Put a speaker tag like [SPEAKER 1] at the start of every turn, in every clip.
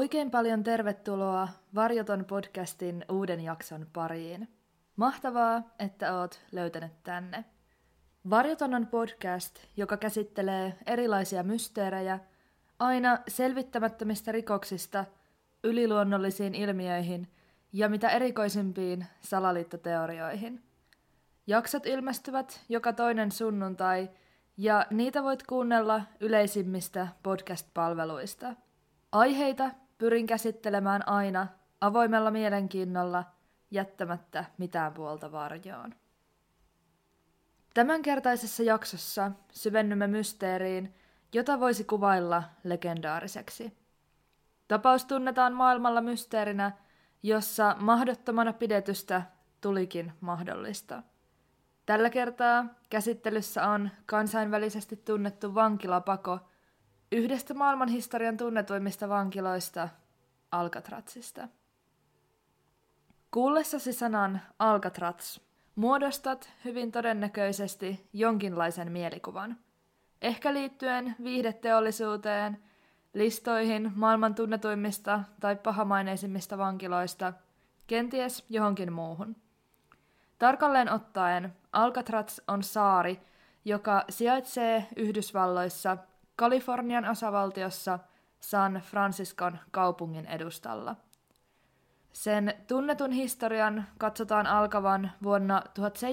[SPEAKER 1] Oikein paljon tervetuloa Varjoton podcastin uuden jakson pariin. Mahtavaa, että oot löytänyt tänne. Varjoton on podcast, joka käsittelee erilaisia mysteerejä, aina selvittämättömistä rikoksista, yliluonnollisiin ilmiöihin ja mitä erikoisimpiin salaliittoteorioihin. Jaksot ilmestyvät joka toinen sunnuntai ja niitä voit kuunnella yleisimmistä podcast-palveluista. Aiheita pyrin käsittelemään aina avoimella mielenkiinnolla, jättämättä mitään puolta varjoon. Tämänkertaisessa jaksossa syvennymme mysteeriin, jota voisi kuvailla legendaariseksi. Tapaus tunnetaan maailmalla mysteerinä, jossa mahdottomana pidetystä tulikin mahdollista. Tällä kertaa käsittelyssä on kansainvälisesti tunnettu vankilapako yhdestä maailmanhistorian tunnetuimmista vankiloista, Alcatrazista. Kuullessasi sanan Alcatraz muodostat hyvin todennäköisesti jonkinlaisen mielikuvan. Ehkä liittyen viihdeteollisuuteen, listoihin maailman tunnetuimmista tai pahamaineisimmista vankiloista, kenties johonkin muuhun. Tarkalleen ottaen Alcatraz on saari, joka sijaitsee Yhdysvalloissa Kalifornian osavaltiossa San Franciscon kaupungin edustalla. Sen tunnetun historian katsotaan alkavan vuonna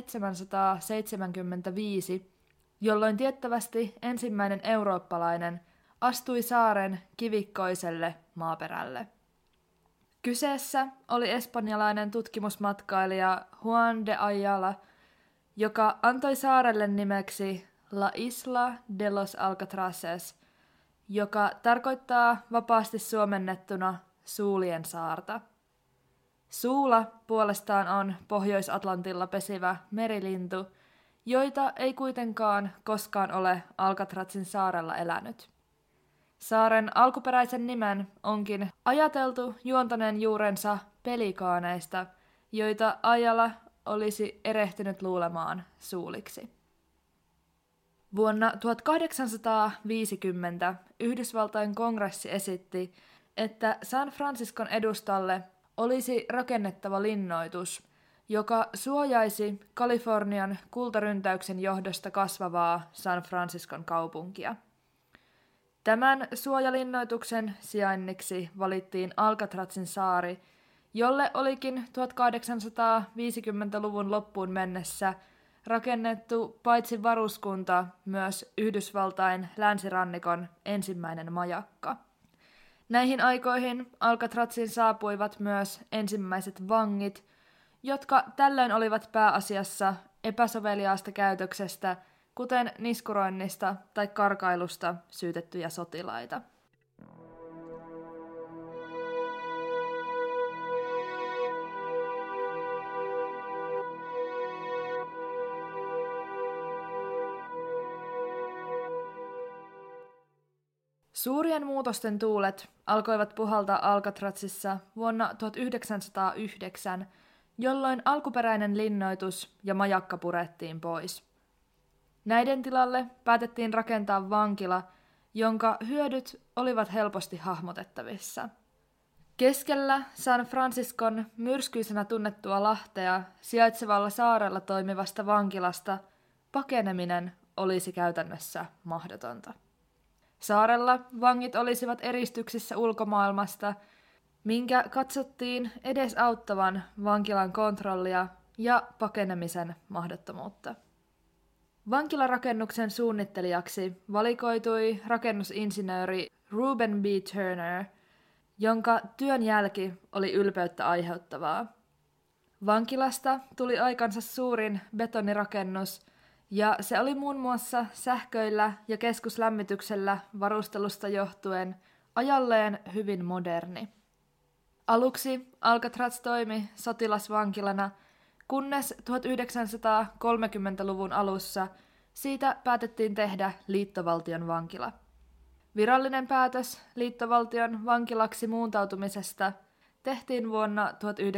[SPEAKER 1] 1775, jolloin tiettävästi ensimmäinen eurooppalainen astui saaren kivikkoiselle maaperälle. Kyseessä oli espanjalainen tutkimusmatkailija Juan de Ayala, joka antoi saarelle nimeksi La Isla de los Alcatrazes, joka tarkoittaa vapaasti suomennettuna Suulien saarta. Suula puolestaan on Pohjois-Atlantilla pesivä merilintu, joita ei kuitenkaan koskaan ole Alcatrazin saarella elänyt. Saaren alkuperäisen nimen onkin ajateltu juontaneen juurensa pelikaaneista, joita Ayala olisi erehtynyt luulemaan suuliksi. Vuonna 1850 Yhdysvaltain kongressi esitti, että San Franciscon edustalle olisi rakennettava linnoitus, joka suojaisi Kalifornian kultaryntäyksen johdosta kasvavaa San Franciscon kaupunkia. Tämän suojalinnoituksen sijainniksi valittiin Alcatrazin saari, jolle olikin 1850-luvun loppuun mennessä rakennettu paitsi varuskunta, myös Yhdysvaltain länsirannikon ensimmäinen majakka. Näihin aikoihin Alcatraziin saapuivat myös ensimmäiset vangit, jotka tällöin olivat pääasiassa epäsoveliaasta käytöksestä, kuten niskuroinnista tai karkailusta syytettyjä sotilaita. Suurien muutosten tuulet alkoivat puhaltaa Alcatrazissa vuonna 1909, jolloin alkuperäinen linnoitus ja majakka purettiin pois. Näiden tilalle päätettiin rakentaa vankila, jonka hyödyt olivat helposti hahmotettavissa. Keskellä San Franciscon myrskyisenä tunnettua Lahtea sijaitsevalla saarella toimivasta vankilasta pakeneminen olisi käytännössä mahdotonta. Saarella vangit olisivat eristyksissä ulkomaailmasta, minkä katsottiin edesauttavan vankilan kontrollia ja pakenemisen mahdottomuutta. Vankilarakennuksen suunnittelijaksi valikoitui rakennusinsinööri Reuben B. Turner, jonka työn jälki oli ylpeyttä aiheuttavaa. Vankilasta tuli aikansa suurin betonirakennus, ja se oli muun muassa sähköillä ja keskuslämmityksellä varustelusta johtuen ajalleen hyvin moderni. Aluksi Alcatraz toimi sotilasvankilana, kunnes 1930-luvun alussa siitä päätettiin tehdä liittovaltion vankila. Virallinen päätös liittovaltion vankilaksi muuntautumisesta tehtiin vuonna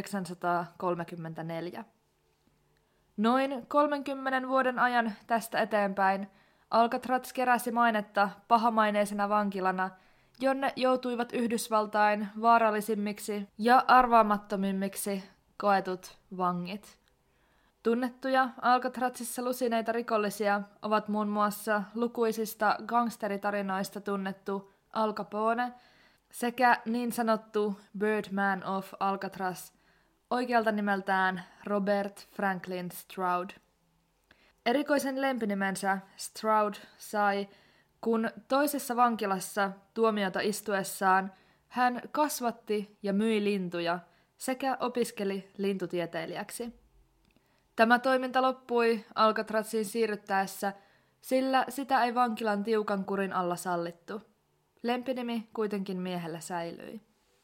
[SPEAKER 1] 1934. Noin 30 vuoden ajan tästä eteenpäin Alcatraz keräsi mainetta pahamaineisena vankilana jonne joutuivat Yhdysvaltain vaarallisimmiksi ja arvaamattomimmiksi koetut vangit. Tunnettuja Alcatrazissa lusineita rikollisia ovat muun muassa lukuisista gangsteritarinoista tunnettu Al Capone sekä niin sanottu Birdman of Alcatraz, oikealta nimeltään Robert Franklin Stroud. Erikoisen lempinimensä Stroud sai, kun toisessa vankilassa tuomiota istuessaan hän kasvatti ja myi lintuja sekä opiskeli lintutieteilijäksi. Tämä toiminta loppui Alcatraziin siirryttäessä, sillä sitä ei vankilan tiukan kurin alla sallittu. Lempinimi kuitenkin miehellä säilyi.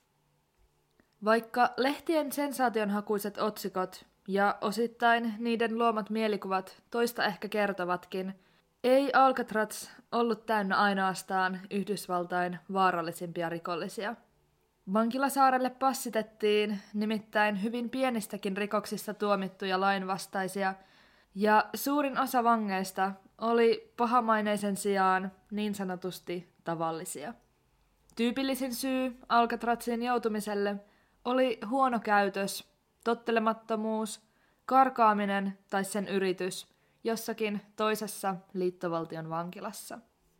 [SPEAKER 1] Vaikka lehtien sensaationhakuiset otsikot ja osittain niiden luomat mielikuvat toista ehkä kertovatkin, ei Alcatraz ollut täynnä ainoastaan Yhdysvaltain vaarallisimpia rikollisia. Vankilasaarelle passitettiin nimittäin hyvin pienistäkin rikoksista tuomittuja lainvastaisia, ja suurin osa vangeista oli pahamaineisen sijaan niin sanotusti tavallisia. Tyypillisin syy Alcatrazin joutumiselle oli huono käytös, tottelemattomuus, karkaaminen tai sen yritys jossakin toisessa liittovaltion vankilassa.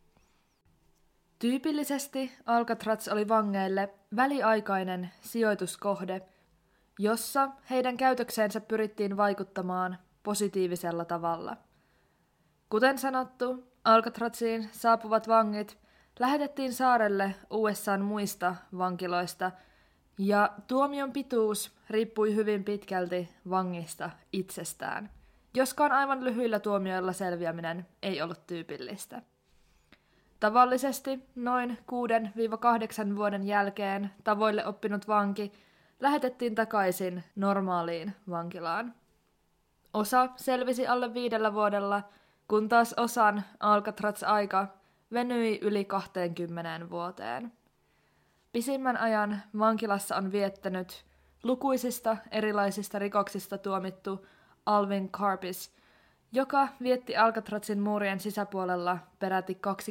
[SPEAKER 1] Tyypillisesti Alcatraz oli vangeille väliaikainen sijoituskohde, jossa heidän käytökseensä pyrittiin vaikuttamaan positiivisella tavalla. Kuten sanottu, Alcatraziin saapuvat vangit lähetettiin saarelle USA:n muista vankiloista, ja tuomion pituus riippui hyvin pitkälti vangista itsestään, joskaan aivan lyhyillä tuomioilla selviäminen ei ollut tyypillistä. Tavallisesti noin 6-8 vuoden jälkeen tavoille oppinut vanki lähetettiin takaisin normaaliin vankilaan. Osa selvisi alle 5 vuodella, kun taas osan Alcatraz-aika venyi yli 20 vuoteen. Pisimmän ajan vankilassa on viettänyt lukuisista erilaisista rikoksista tuomittu Alvin Karpis, joka vietti Alcatrazin muurien sisäpuolella peräti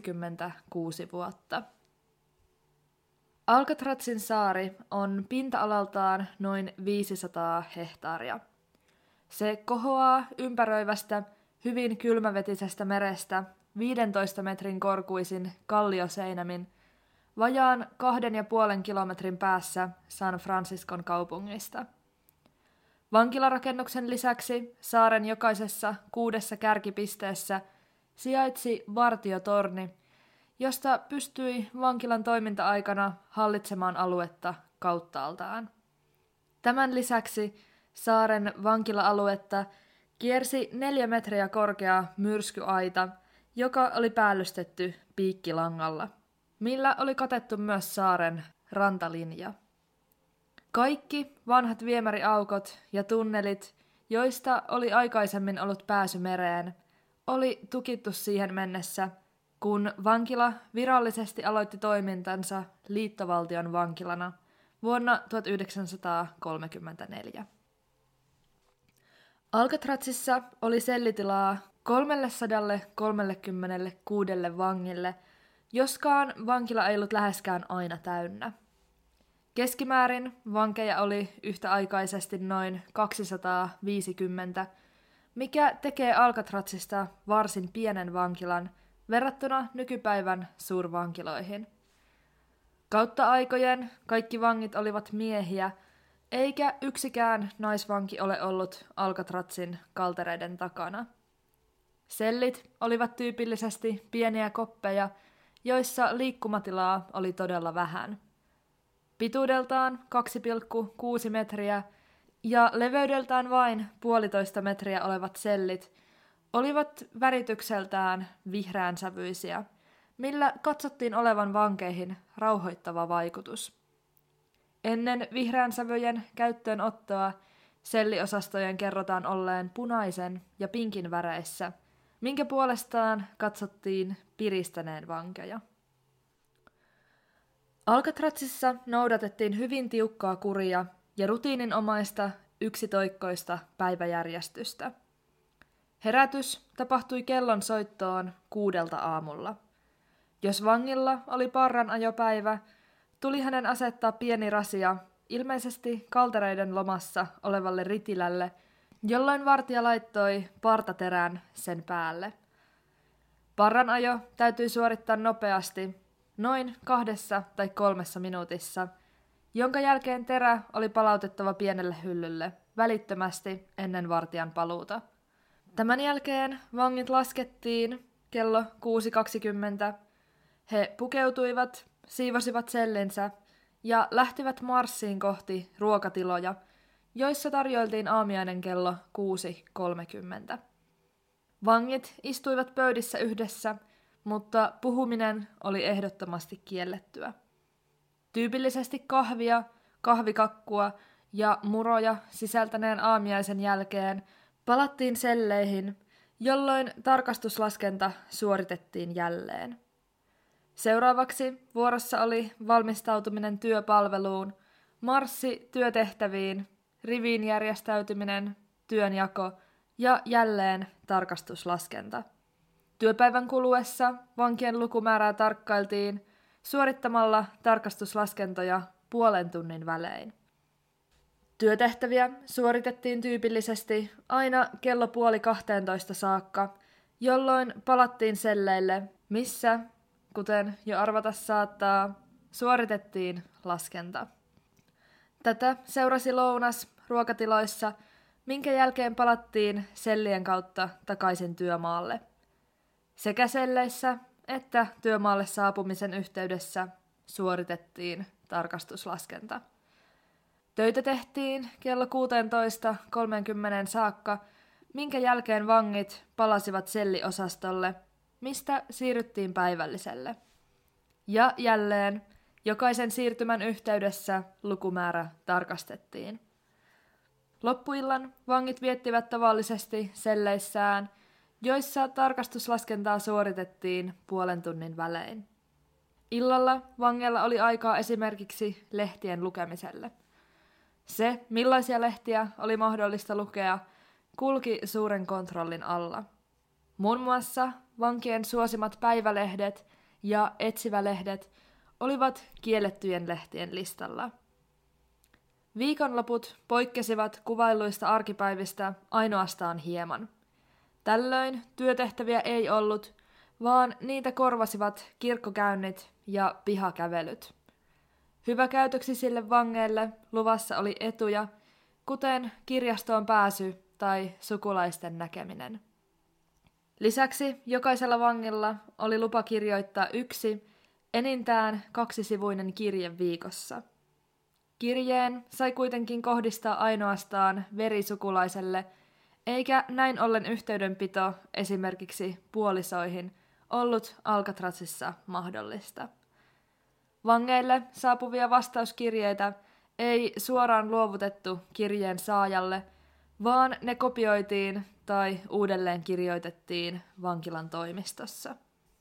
[SPEAKER 1] 26 vuotta. Alcatrazin saari on pinta-alaltaan noin 500 hehtaaria. Se kohoaa ympäröivästä, hyvin kylmävetisestä merestä 15 metrin korkuisin kallioseinämin vajaan 2,5 kilometrin päässä San Franciscon kaupungista. Vankilarakennuksen lisäksi saaren jokaisessa 6 kärkipisteessä sijaitsi vartiotorni, josta pystyi vankilan toiminta-aikana hallitsemaan aluetta kauttaaltaan. Tämän lisäksi saaren vankila-aluetta kiersi 4 metriä korkea myrskyaita, joka oli päällystetty piikkilangalla, millä oli katettu myös saaren rantalinja. Kaikki vanhat viemäriaukot ja tunnelit, joista oli aikaisemmin ollut pääsy mereen, oli tukittu siihen mennessä, kun vankila virallisesti aloitti toimintansa liittovaltion vankilana vuonna 1934. Alcatrazissa oli sellitilaa 336 vangille, joskaan vankila ei ollut läheskään aina täynnä. Keskimäärin vankeja oli yhtäaikaisesti noin 250, mikä tekee Alcatrazista varsin pienen vankilan verrattuna nykypäivän suurvankiloihin. Kautta aikojen kaikki vangit olivat miehiä, eikä yksikään naisvanki ole ollut Alcatrazin kaltereiden takana. Sellit olivat tyypillisesti pieniä koppeja, joissa liikkumatilaa oli todella vähän. Pituudeltaan 2,6 metriä ja leveydeltään vain 1,5 metriä olevat sellit olivat väritykseltään vihreänsävyisiä, millä katsottiin olevan vankeihin rauhoittava vaikutus. Ennen vihreänsävyjen käyttöönottoa selliosastojen kerrotaan olleen punaisen ja pinkin väreissä, minkä puolestaan katsottiin piristäneen vankeja. Alcatrazissa noudatettiin hyvin tiukkaa kuria ja rutiininomaista yksitoikkoista päiväjärjestystä. Herätys tapahtui kellon soittoon 6 aamulla. Jos vangilla oli parranajopäivä, tuli hänen asettaa pieni rasia, ilmeisesti kaltereiden lomassa olevalle ritilälle, jolloin vartija laittoi partaterän sen päälle. Parranajo täytyi suorittaa nopeasti, noin 2 tai 3 minuutissa, jonka jälkeen terä oli palautettava pienelle hyllylle välittömästi ennen vartijan paluuta. Tämän jälkeen vangit laskettiin kello 6.20. He pukeutuivat, siivosivat sellinsä ja lähtivät marssiin kohti ruokatiloja, joissa tarjoiltiin aamiainen kello 6.30. Vangit istuivat pöydissä yhdessä, mutta puhuminen oli ehdottomasti kiellettyä. Tyypillisesti kahvia, kahvikakkua ja muroja sisältäneen aamiaisen jälkeen palattiin selleihin, jolloin tarkastuslaskenta suoritettiin jälleen. Seuraavaksi vuorossa oli valmistautuminen työpalveluun, marssi työtehtäviin, riviin järjestäytyminen, työnjako ja jälleen tarkastuslaskenta. Työpäivän kuluessa vankien lukumäärää tarkkailtiin suorittamalla tarkastuslaskentoja 0,5 tunnin välein. Työtehtäviä suoritettiin tyypillisesti aina kello 11:30 saakka, jolloin palattiin selleille, missä, kuten jo arvata saattaa, suoritettiin laskenta. Tätä seurasi lounas ruokatiloissa, minkä jälkeen palattiin sellien kautta takaisin työmaalle. Sekä selleissä että työmaalle saapumisen yhteydessä suoritettiin tarkastuslaskenta. Töitä tehtiin kello 16.30 saakka, minkä jälkeen vangit palasivat selliosastolle, mistä siirryttiin päivälliselle. Ja jälleen jokaisen siirtymän yhteydessä lukumäärä tarkastettiin. Loppuillan vangit viettivät tavallisesti selleissään, joissa tarkastuslaskentaa suoritettiin 0,5 tunnin välein. Illalla vangeilla oli aikaa esimerkiksi lehtien lukemiselle. Se, millaisia lehtiä oli mahdollista lukea, kulki suuren kontrollin alla. Muun muassa vankien suosimat päivälehdet ja etsivälehdet olivat kiellettyjen lehtien listalla. Viikonloput poikkesivat kuvailluista arkipäivistä ainoastaan hieman. Tällöin työtehtäviä ei ollut, vaan niitä korvasivat kirkkokäynnit ja pihakävelyt. Hyväkäytöksisille vangeille luvassa oli etuja, kuten kirjastoon pääsy tai sukulaisten näkeminen. Lisäksi jokaisella vangilla oli lupa kirjoittaa 1, enintään 2-sivuinen kirje viikossa. Kirjeen sai kuitenkin kohdistaa ainoastaan verisukulaiselle, eikä näin ollen yhteydenpito esimerkiksi puolisoihin ollut Alcatrazissa mahdollista. Vangeille saapuvia vastauskirjeitä ei suoraan luovutettu kirjeen saajalle, vaan ne kopioitiin tai uudelleen kirjoitettiin vankilan toimistossa.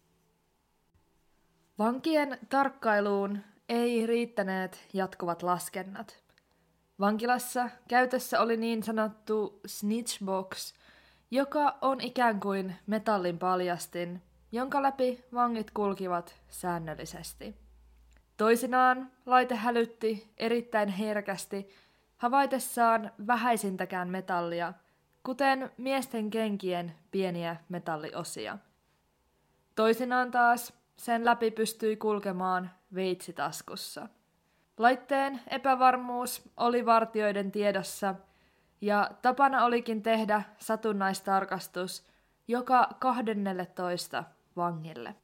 [SPEAKER 1] Vankien tarkkailuun ei riittäneet jatkuvat laskennat. Vankilassa käytössä oli niin sanottu snitchbox, joka on ikään kuin metallin paljastin, jonka läpi vangit kulkivat säännöllisesti. Toisinaan laite hälytti erittäin herkästi havaitessaan vähäisintäkään metallia, kuten miesten kenkien pieniä metalliosia. Toisinaan taas sen läpi pystyi kulkemaan veitsi taskussa. Laitteen epävarmuus oli vartijoiden tiedossa, ja tapana olikin tehdä satunnaistarkastus joka 12 vangille.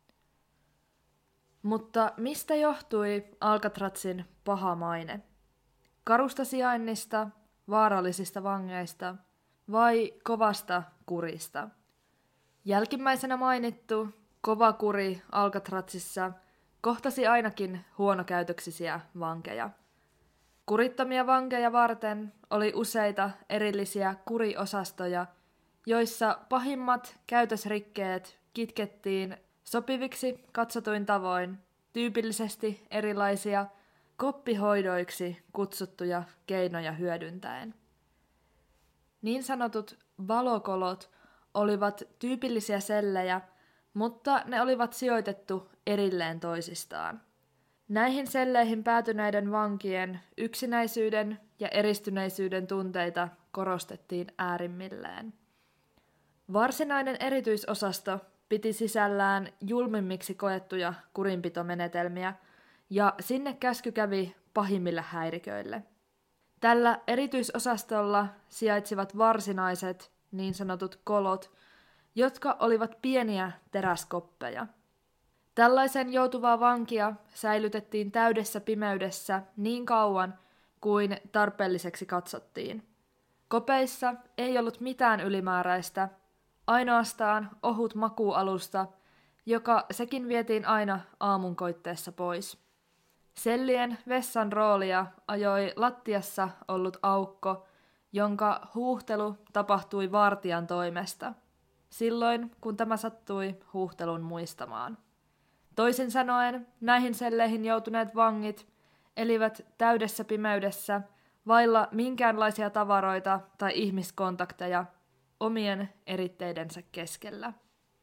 [SPEAKER 1] Mutta mistä johtui Alcatrazin paha maine? Karusta sijainnista, vaarallisista vangeista vai kovasta kurista? Jälkimmäisenä mainittu kova kuri Alcatrazissa kohtasi ainakin huonokäytöksisiä vankeja. Kurittomia vankeja varten oli useita erillisiä kuriosastoja, joissa pahimmat käytösrikkeet kitkettiin sopiviksi katsotuin tavoin, tyypillisesti erilaisia koppihoidoiksi kutsuttuja keinoja hyödyntäen. Niin sanotut valokolot olivat tyypillisiä sellejä, mutta ne olivat sijoitettu erilleen toisistaan. Näihin selleihin päätyneiden vankien yksinäisyyden ja eristyneisyyden tunteita korostettiin äärimmilleen. Varsinainen erityisosasto piti sisällään julmimmiksi koettuja kurinpitomenetelmiä, ja sinne käsky kävi pahimmille häiriköille. Tällä erityisosastolla sijaitsivat varsinaiset, niin sanotut kolot, jotka olivat pieniä teräskoppeja. Tällaisen joutuvaa vankia säilytettiin täydessä pimeydessä niin kauan kuin tarpeelliseksi katsottiin. Kopeissa ei ollut mitään ylimääräistä, ainoastaan ohut makuualusta, joka sekin vietiin aina aamunkoitteessa pois. Sellien vessan roolia ajoi lattiassa ollut aukko, jonka huuhtelu tapahtui vartijan toimesta, silloin kun tämä sattui huuhtelun muistamaan. Toisin sanoen, näihin selleihin joutuneet vangit elivät täydessä pimeydessä vailla minkäänlaisia tavaroita tai ihmiskontakteja omien eritteidensä keskellä.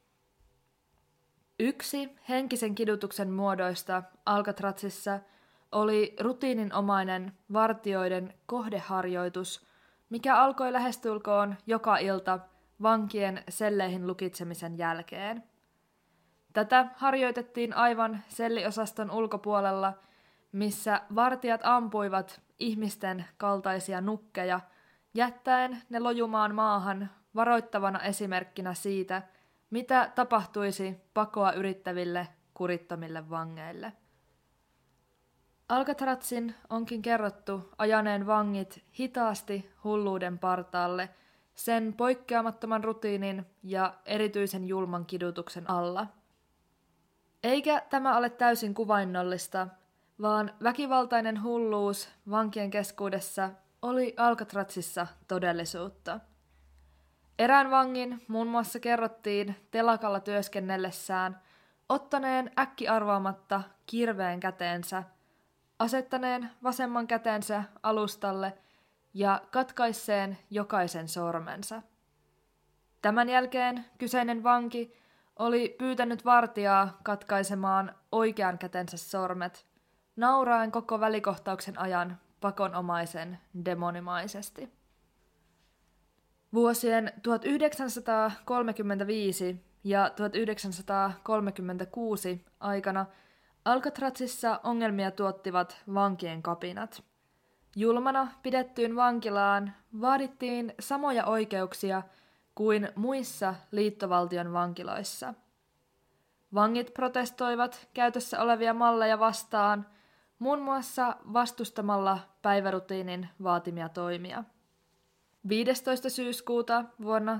[SPEAKER 1] Yksi henkisen kidutuksen muodoista Alcatrazissa oli rutiininomainen vartijoiden kohdeharjoitus, mikä alkoi lähestulkoon joka ilta vankien selleihin lukitsemisen jälkeen. Tätä harjoitettiin aivan selliosaston ulkopuolella, missä vartijat ampuivat ihmisten kaltaisia nukkeja, jättäen ne lojumaan maahan varoittavana esimerkkinä siitä, mitä tapahtuisi pakoa yrittäville kurittomille vangeille. Alcatrazin onkin kerrottu ajaneen vangit hitaasti hulluuden partaalle sen poikkeamattoman rutiinin ja erityisen julman kidutuksen alla. Eikä tämä ole täysin kuvainnollista, vaan väkivaltainen hulluus vankien keskuudessa oli Alcatrazissa todellisuutta. Erään vangin muun muassa kerrottiin telakalla työskennellessään ottaneen äkkiarvaamatta kirveen käteensä, asettaneen vasemman kätensä alustalle ja katkaisseen jokaisen sormensa. Tämän jälkeen kyseinen vanki oli pyytänyt vartijaa katkaisemaan oikean kätensä sormet, nauraen koko välikohtauksen ajan pakonomaisen demonimaisesti. Vuosien 1935 ja 1936 aikana Alcatrazissa ongelmia tuottivat vankien kapinat. Julmana pidettyyn vankilaan vaadittiin samoja oikeuksia kuin muissa liittovaltion vankiloissa. Vangit protestoivat käytössä olevia malleja vastaan, muun muassa vastustamalla päivärutiinin vaatimia toimia. 15. syyskuuta vuonna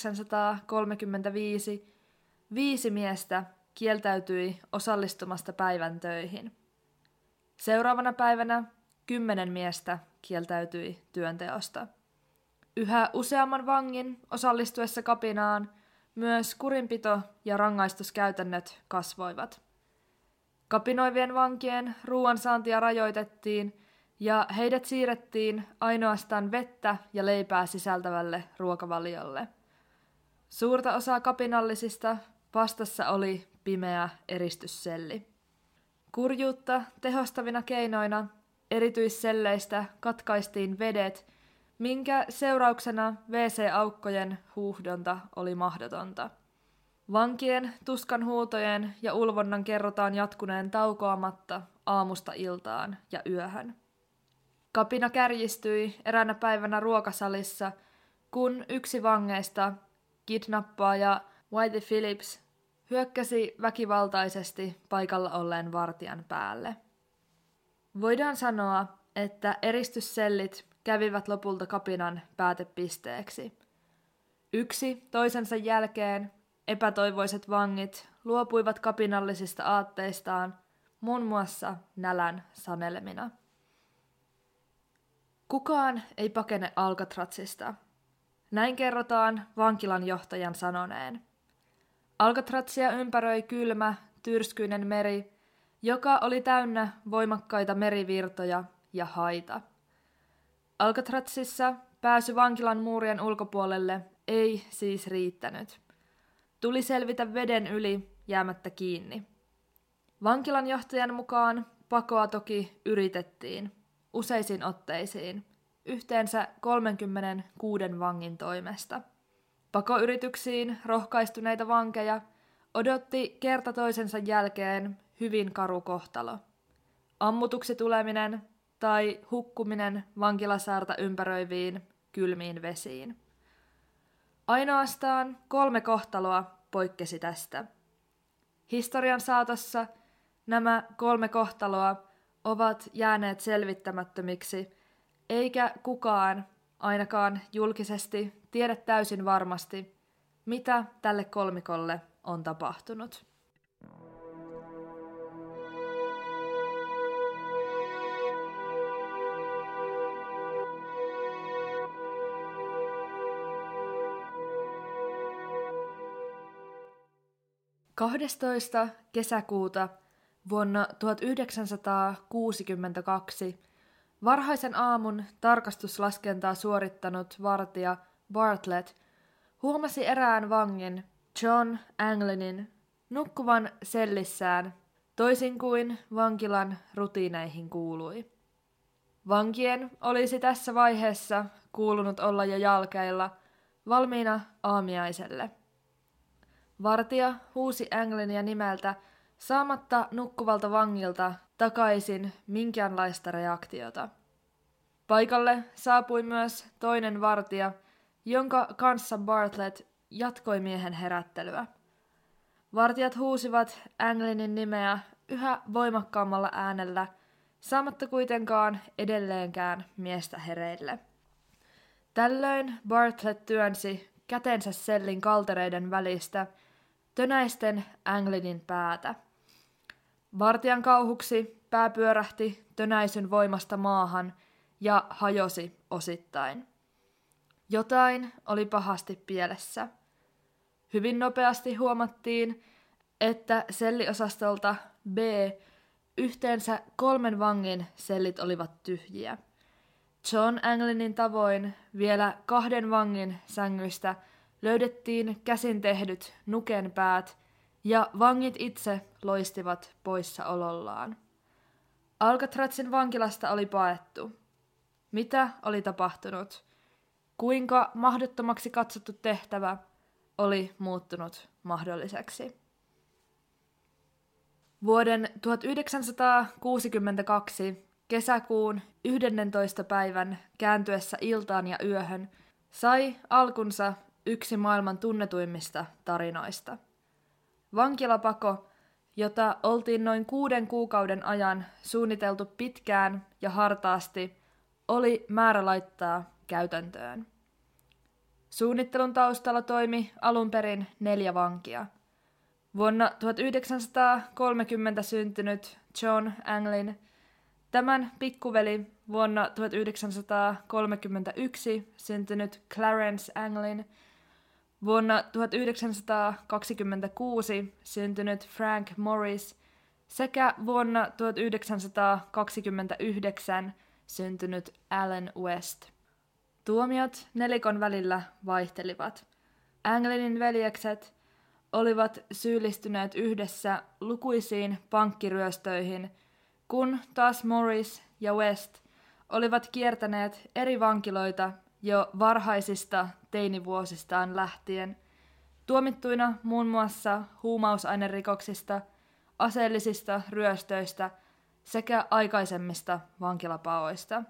[SPEAKER 1] 1935 5 miestä kieltäytyi osallistumasta päivän töihin. Seuraavana päivänä 10 miestä kieltäytyi työnteosta. Yhä useamman vangin osallistuessa kapinaan myös kurinpito- ja rangaistuskäytännöt kasvoivat. Kapinoivien vankien ruoansaantia rajoitettiin ja heidät siirrettiin ainoastaan vettä ja leipää sisältävälle ruokavaliolle. Suurta osaa kapinallisista vastassa oli pimeä eristysselli. Kurjuutta tehostavina keinoina erityisselleistä katkaistiin vedet, minkä seurauksena WC-aukkojen huuhdonta oli mahdotonta. Vankien tuskan huutojen ja ulvonnan kerrotaan jatkuneen taukoamatta aamusta iltaan ja yöhön. Kapina kärjistyi eräänä päivänä ruokasalissa, kun yksi vangeista, kidnappaaja Whitey Phillips, hyökkäsi väkivaltaisesti paikalla olleen vartijan päälle. Voidaan sanoa, että eristyssellit kävivät lopulta kapinan päätepisteeksi. Yksi toisensa jälkeen epätoivoiset vangit luopuivat kapinallisista aatteistaan, muun muassa nälän sanelemina. Kukaan ei pakene Alcatrazista. Näin kerrotaan vankilan johtajan sanoneen. Alcatrazia ympäröi kylmä, tyrskyinen meri, joka oli täynnä voimakkaita merivirtoja ja haita. Alcatrazissa pääsy vankilan muurien ulkopuolelle ei siis riittänyt. tuli selvitä veden yli jäämättä kiinni. Vankilan johtajan mukaan pakoa toki yritettiin useisiin otteisiin, yhteensä 36 vangin toimesta. Pakoyrityksiin rohkaistuneita vankeja odotti kerta toisensa jälkeen hyvin karu kohtalo. Ammutuksi tuleminen tai hukkuminen vankilasaarta ympäröiviin kylmiin vesiin. Ainoastaan 3 kohtaloa poikkesi tästä. Historian saatossa nämä 3 kohtaloa ovat jääneet selvittämättömiksi, eikä kukaan, ainakaan julkisesti, tiedä täysin varmasti, mitä tälle kolmikolle on tapahtunut. kesäkuuta vuonna 1962 varhaisen aamun tarkastuslaskentaa suorittanut vartija Bartlett huomasi erään vangin, John Anglenin, nukkuvan sellissään, toisin kuin vankilan rutiineihin kuului. Vankien olisi tässä vaiheessa kuulunut olla jo jalkeilla, valmiina aamiaiselle. Vartija huusi Anglenia nimeltä saamatta nukkuvalta vangilta takaisin minkäänlaista reaktiota. Paikalle saapui myös toinen vartija, jonka kanssa Bartlett jatkoi miehen herättelyä. Vartijat huusivat Anglenin nimeä yhä voimakkaammalla äänellä, saamatta kuitenkaan edelleenkään miestä hereille. Tällöin Bartlett työnsi kätensä sellin kaltereiden välistä, tönäisten Anglenin päätä. Vartijan kauhuksi pää pyörähti tönäisyn voimasta maahan ja hajosi osittain. Jotain oli pahasti pielessä. Hyvin nopeasti huomattiin, että selliosastolta B yhteensä 3 vangin sellit olivat tyhjiä. John Anglenin tavoin vielä 2 vangin sängyistä löydettiin käsin tehdyt nukenpäät ja vangit itse loistivat poissaolollaan. Alcatrazin vankilasta oli paettu. Mitä oli tapahtunut? Kuinka mahdottomaksi katsottu tehtävä oli muuttunut mahdolliseksi? Vuoden 1962 kesäkuun 11. päivän kääntyessä iltaan ja yöhön sai alkunsa yksi maailman tunnetuimmista tarinoista. Vankilapako, jota oltiin noin 6 kuukauden ajan suunniteltu pitkään ja hartaasti, oli määrä laittaa käytäntöön. Suunnittelun taustalla toimi alun perin 4 vankia. Vuonna 1930 syntynyt John Anglin, tämän pikkuveli vuonna 1931 syntynyt Clarence Anglin, vuonna 1926 syntynyt Frank Morris sekä vuonna 1929 syntynyt Alan West. Tuomiot nelikon välillä vaihtelivat. Anglinin veljekset olivat syyllistyneet yhdessä lukuisiin pankkiryöstöihin, kun taas Morris ja West olivat kiertäneet eri vankiloita jo varhaisista teinivuosistaan lähtien, tuomittuina muun muassa huumausainerikoksista, aseellisista ryöstöistä sekä aikaisemmista vankilapaoista.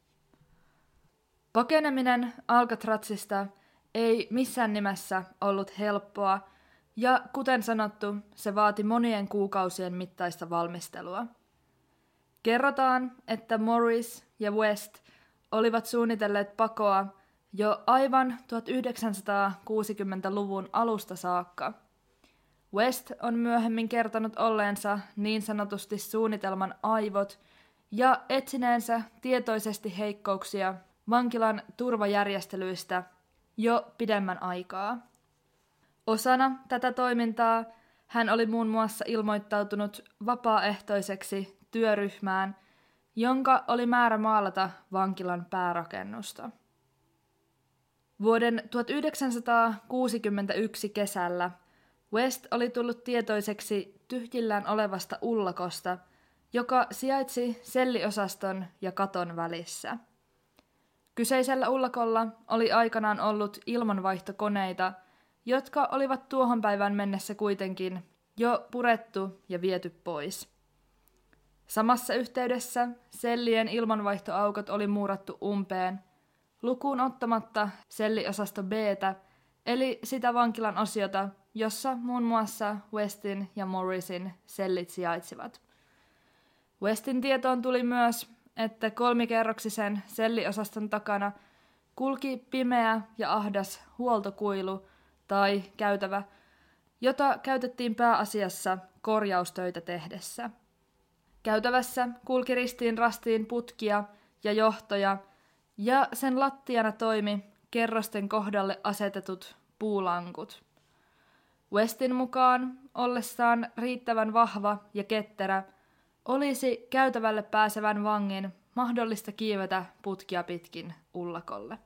[SPEAKER 1] Pakeneminen Alcatrazista ei missään nimessä ollut helppoa, ja kuten sanottu, se vaati monien kuukausien mittaista valmistelua. Kerrotaan, että Morris ja West olivat suunnitelleet pakoa jo aivan 1960-luvun alusta saakka. West on myöhemmin kertonut olleensa niin sanotusti suunnitelman aivot ja etsineensä tietoisesti heikkouksia vankilan turvajärjestelyistä jo pidemmän aikaa. Osana tätä toimintaa hän oli muun muassa ilmoittautunut vapaaehtoiseksi työryhmään, jonka oli määrä maalata vankilan päärakennusta. Vuoden 1961 kesällä West oli tullut tietoiseksi tyhjillään olevasta ullakosta, joka sijaitsi selliosaston ja katon välissä. Kyseisellä ullakolla oli aikanaan ollut ilmanvaihtokoneita, jotka olivat tuohon päivään mennessä kuitenkin jo purettu ja viety pois. Samassa yhteydessä sellien ilmanvaihtoaukot oli muurattu umpeen, lukuun ottamatta selliosasto B:tä, eli sitä vankilan osiota, jossa muun muassa Westin ja Morrisin sellit sijaitsivat. Westin tietoon tuli myös, että 3-kerroksisen selliosaston takana kulki pimeä ja ahdas huoltokuilu tai käytävä, jota käytettiin pääasiassa korjaustöitä tehdessä. Käytävässä kulki ristiin rastiin putkia ja johtoja, ja sen lattiana toimi kerrosten kohdalle asetetut puulankut. Westin mukaan, ollessaan riittävän vahva ja ketterä, olisi käytävälle pääsevän vangin mahdollista kiivetä putkia pitkin ullakolle.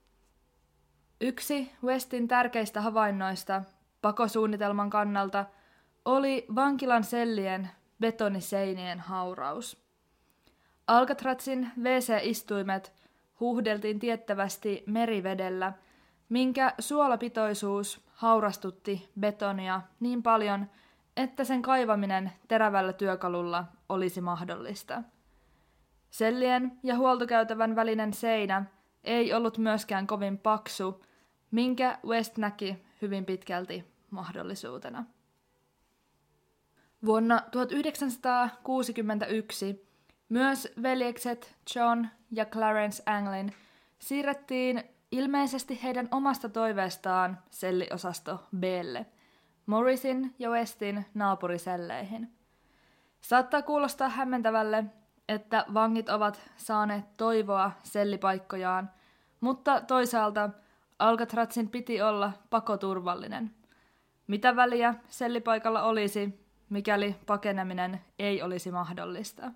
[SPEAKER 1] Yksi Westin tärkeistä havainnoista pakosuunnitelman kannalta oli vankilan sellien betoniseinien hauraus. Alcatrazin WC-istuimet huuhdeltiin tiettävästi merivedellä, minkä suolapitoisuus haurastutti betonia niin paljon, että sen kaivaminen terävällä työkalulla olisi mahdollista. Sellien ja huoltokäytävän välinen seinä ei ollut myöskään kovin paksu, minkä West näki hyvin pitkälti mahdollisuutena. Vuonna 1961 myös veljekset John ja Clarence Anglin siirrettiin ilmeisesti heidän omasta toiveestaan selliosasto B:lle, Morrisin ja Westin naapuriselleihin. Saattaa kuulostaa hämmentävälle, että vangit ovat saaneet toivoa sellipaikkojaan, mutta toisaalta Alcatrazin piti olla pakoturvallinen. Mitä väliä sellipaikalla olisi, mikäli pakeneminen ei olisi mahdollista?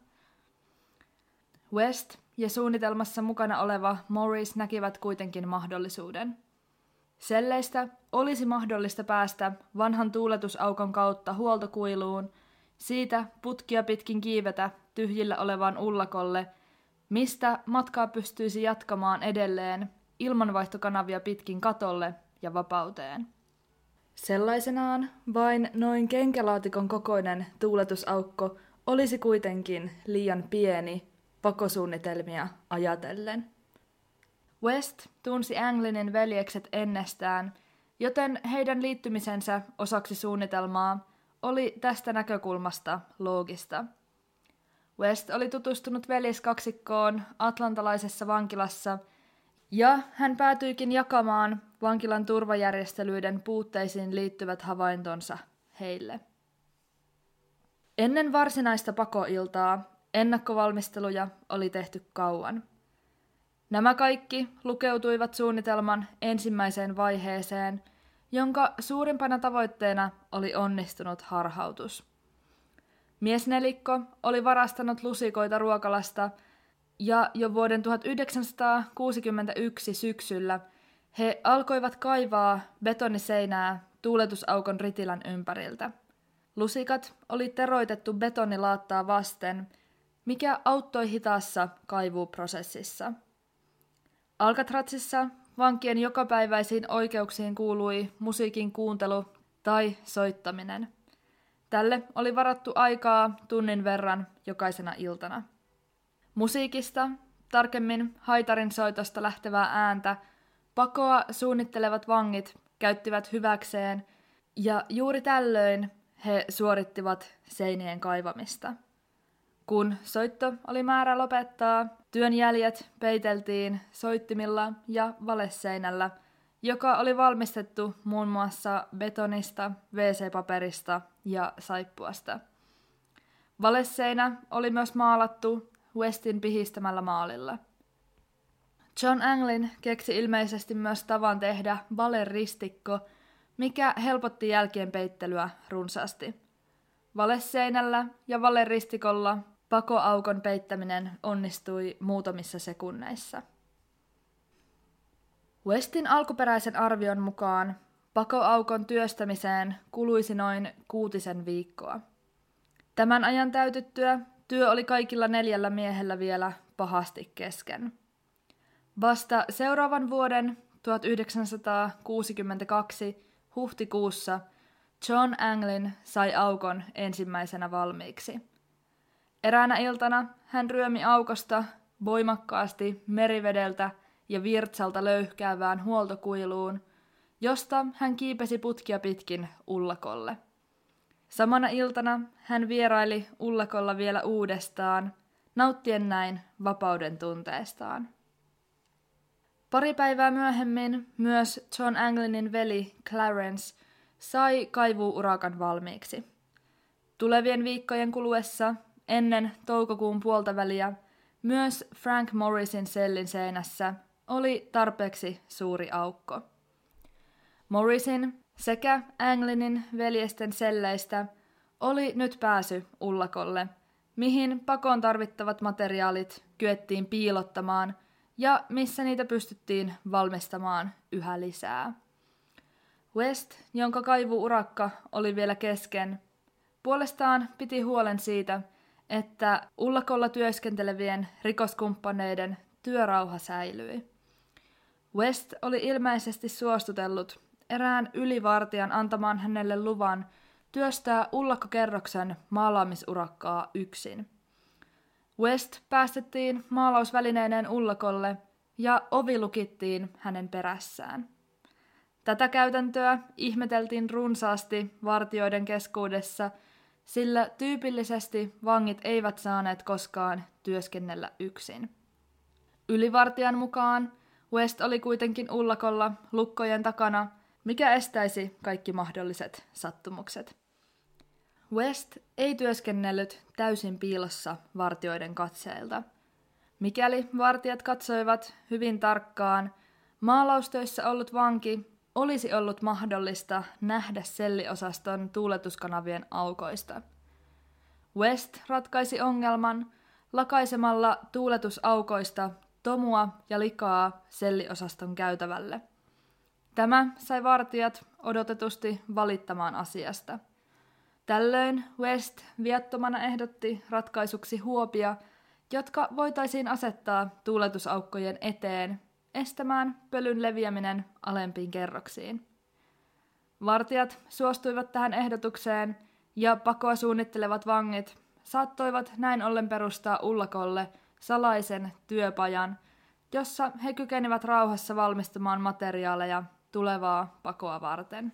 [SPEAKER 1] West ja suunnitelmassa mukana oleva Morris näkivät kuitenkin mahdollisuuden. Selleistä olisi mahdollista päästä vanhan tuuletusaukon kautta huoltokuiluun, siitä putkia pitkin kiivetä tyhjillä olevaan ullakolle, mistä matkaa pystyisi jatkamaan edelleen ilmanvaihtokanavia pitkin katolle ja vapauteen. Sellaisenaan vain noin kenkälaatikon kokoinen tuuletusaukko olisi kuitenkin liian pieni pakosuunnitelmia ajatellen. West tunsi Anglinin veljekset ennestään, joten heidän liittymisensä osaksi suunnitelmaa oli tästä näkökulmasta loogista. West oli tutustunut veljeskaksikkoon atlantalaisessa vankilassa, ja hän päätyikin jakamaan vankilan turvajärjestelyiden puutteisiin liittyvät havaintonsa heille. Ennen varsinaista pakoiltaa ennakkovalmisteluja oli tehty kauan. Nämä kaikki lukeutuivat suunnitelman ensimmäiseen vaiheeseen, jonka suurimpana tavoitteena oli onnistunut harhautus. Miesnelikko oli varastanut lusikoita ruokalasta, ja jo vuoden 1961 syksyllä he alkoivat kaivaa betoniseinää tuuletusaukon ritilän ympäriltä. Lusikat oli teroitettu betonilaattaa vasten, mikä auttoi hitaassa kaivuuprosessissa. Alcatrazissa vankien jokapäiväisiin oikeuksiin kuului musiikin kuuntelu tai soittaminen. Tälle oli varattu aikaa tunnin verran jokaisena iltana. Musiikista, tarkemmin haitarin soitosta lähtevää ääntä, pakoa suunnittelevat vangit käyttivät hyväkseen, ja juuri tällöin he suorittivat seinien kaivamista. Kun soitto oli määrä lopettaa, työn jäljet peiteltiin soittimilla ja valeseinällä, joka oli valmistettu muun muassa betonista, WC-paperista ja saippuasta. Valesseinä oli myös maalattu Westin pihistämällä maalilla. John Anglin keksi ilmeisesti myös tavan tehdä valeristikko, mikä helpotti jälkien peittelyä runsaasti. Valeseinällä ja valeristikolla pakoaukon peittäminen onnistui muutamissa sekunneissa. Westin alkuperäisen arvion mukaan Pakoaukon työstämiseen kuluisi noin 6 viikkoa. Tämän ajan täytyttyä työ oli kaikilla 4 miehellä vielä pahasti kesken. Vasta seuraavan vuoden 1962 huhtikuussa John Anglin sai aukon ensimmäisenä valmiiksi. Eräänä iltana hän ryömi aukosta voimakkaasti merivedeltä ja virtsalta löyhkäävään huoltokuiluun, josta hän kiipesi putkia pitkin ullakolle. Samana iltana hän vieraili ullakolla vielä uudestaan, nauttien näin vapauden tunteestaan. Pari päivää myöhemmin myös John Anglinin veli Clarence sai kaivuurakan valmiiksi. Tulevien viikkojen kuluessa ennen toukokuun puoltaväliä myös Frank Morrisin sellin seinässä oli tarpeeksi suuri aukko. Morrisin sekä Anglinin veljesten selleistä oli nyt pääsy ullakolle, mihin pakoon tarvittavat materiaalit kyettiin piilottamaan ja missä niitä pystyttiin valmistamaan yhä lisää. West, jonka kaivuurakka oli vielä kesken, puolestaan piti huolen siitä, että ullakolla työskentelevien rikoskumppaneiden työrauha säilyi. West oli ilmeisesti suostutellut erään ylivartijan antamaan hänelle luvan työstää ullakkokerroksen maalaamisurakkaa yksin. West päästettiin maalausvälineineen ullakolle ja ovi lukittiin hänen perässään. Tätä käytäntöä ihmeteltiin runsaasti vartijoiden keskuudessa, sillä tyypillisesti vangit eivät saaneet koskaan työskennellä yksin. Ylivartijan mukaan West oli kuitenkin ullakolla lukkojen takana, mikä estäisi kaikki mahdolliset sattumukset. West ei työskennellyt täysin piilossa vartijoiden katseilta. Mikäli vartijat katsoivat hyvin tarkkaan, maalaustöissä ollut vanki olisi ollut mahdollista nähdä selliosaston tuuletuskanavien aukoista. West ratkaisi ongelman lakaisemalla tuuletusaukoista tomua ja likaa selliosaston käytävälle. Tämä sai vartijat odotetusti valittamaan asiasta. Tällöin West viattomana ehdotti ratkaisuksi huopia, jotka voitaisiin asettaa tuuletusaukkojen eteen, estämään pölyn leviäminen alempiin kerroksiin. Vartijat suostuivat tähän ehdotukseen ja pakoa suunnittelevat vangit saattoivat näin ollen perustaa ullakolle salaisen työpajan, jossa he kykenivät rauhassa valmistamaan materiaaleja tulevaa pakoa varten.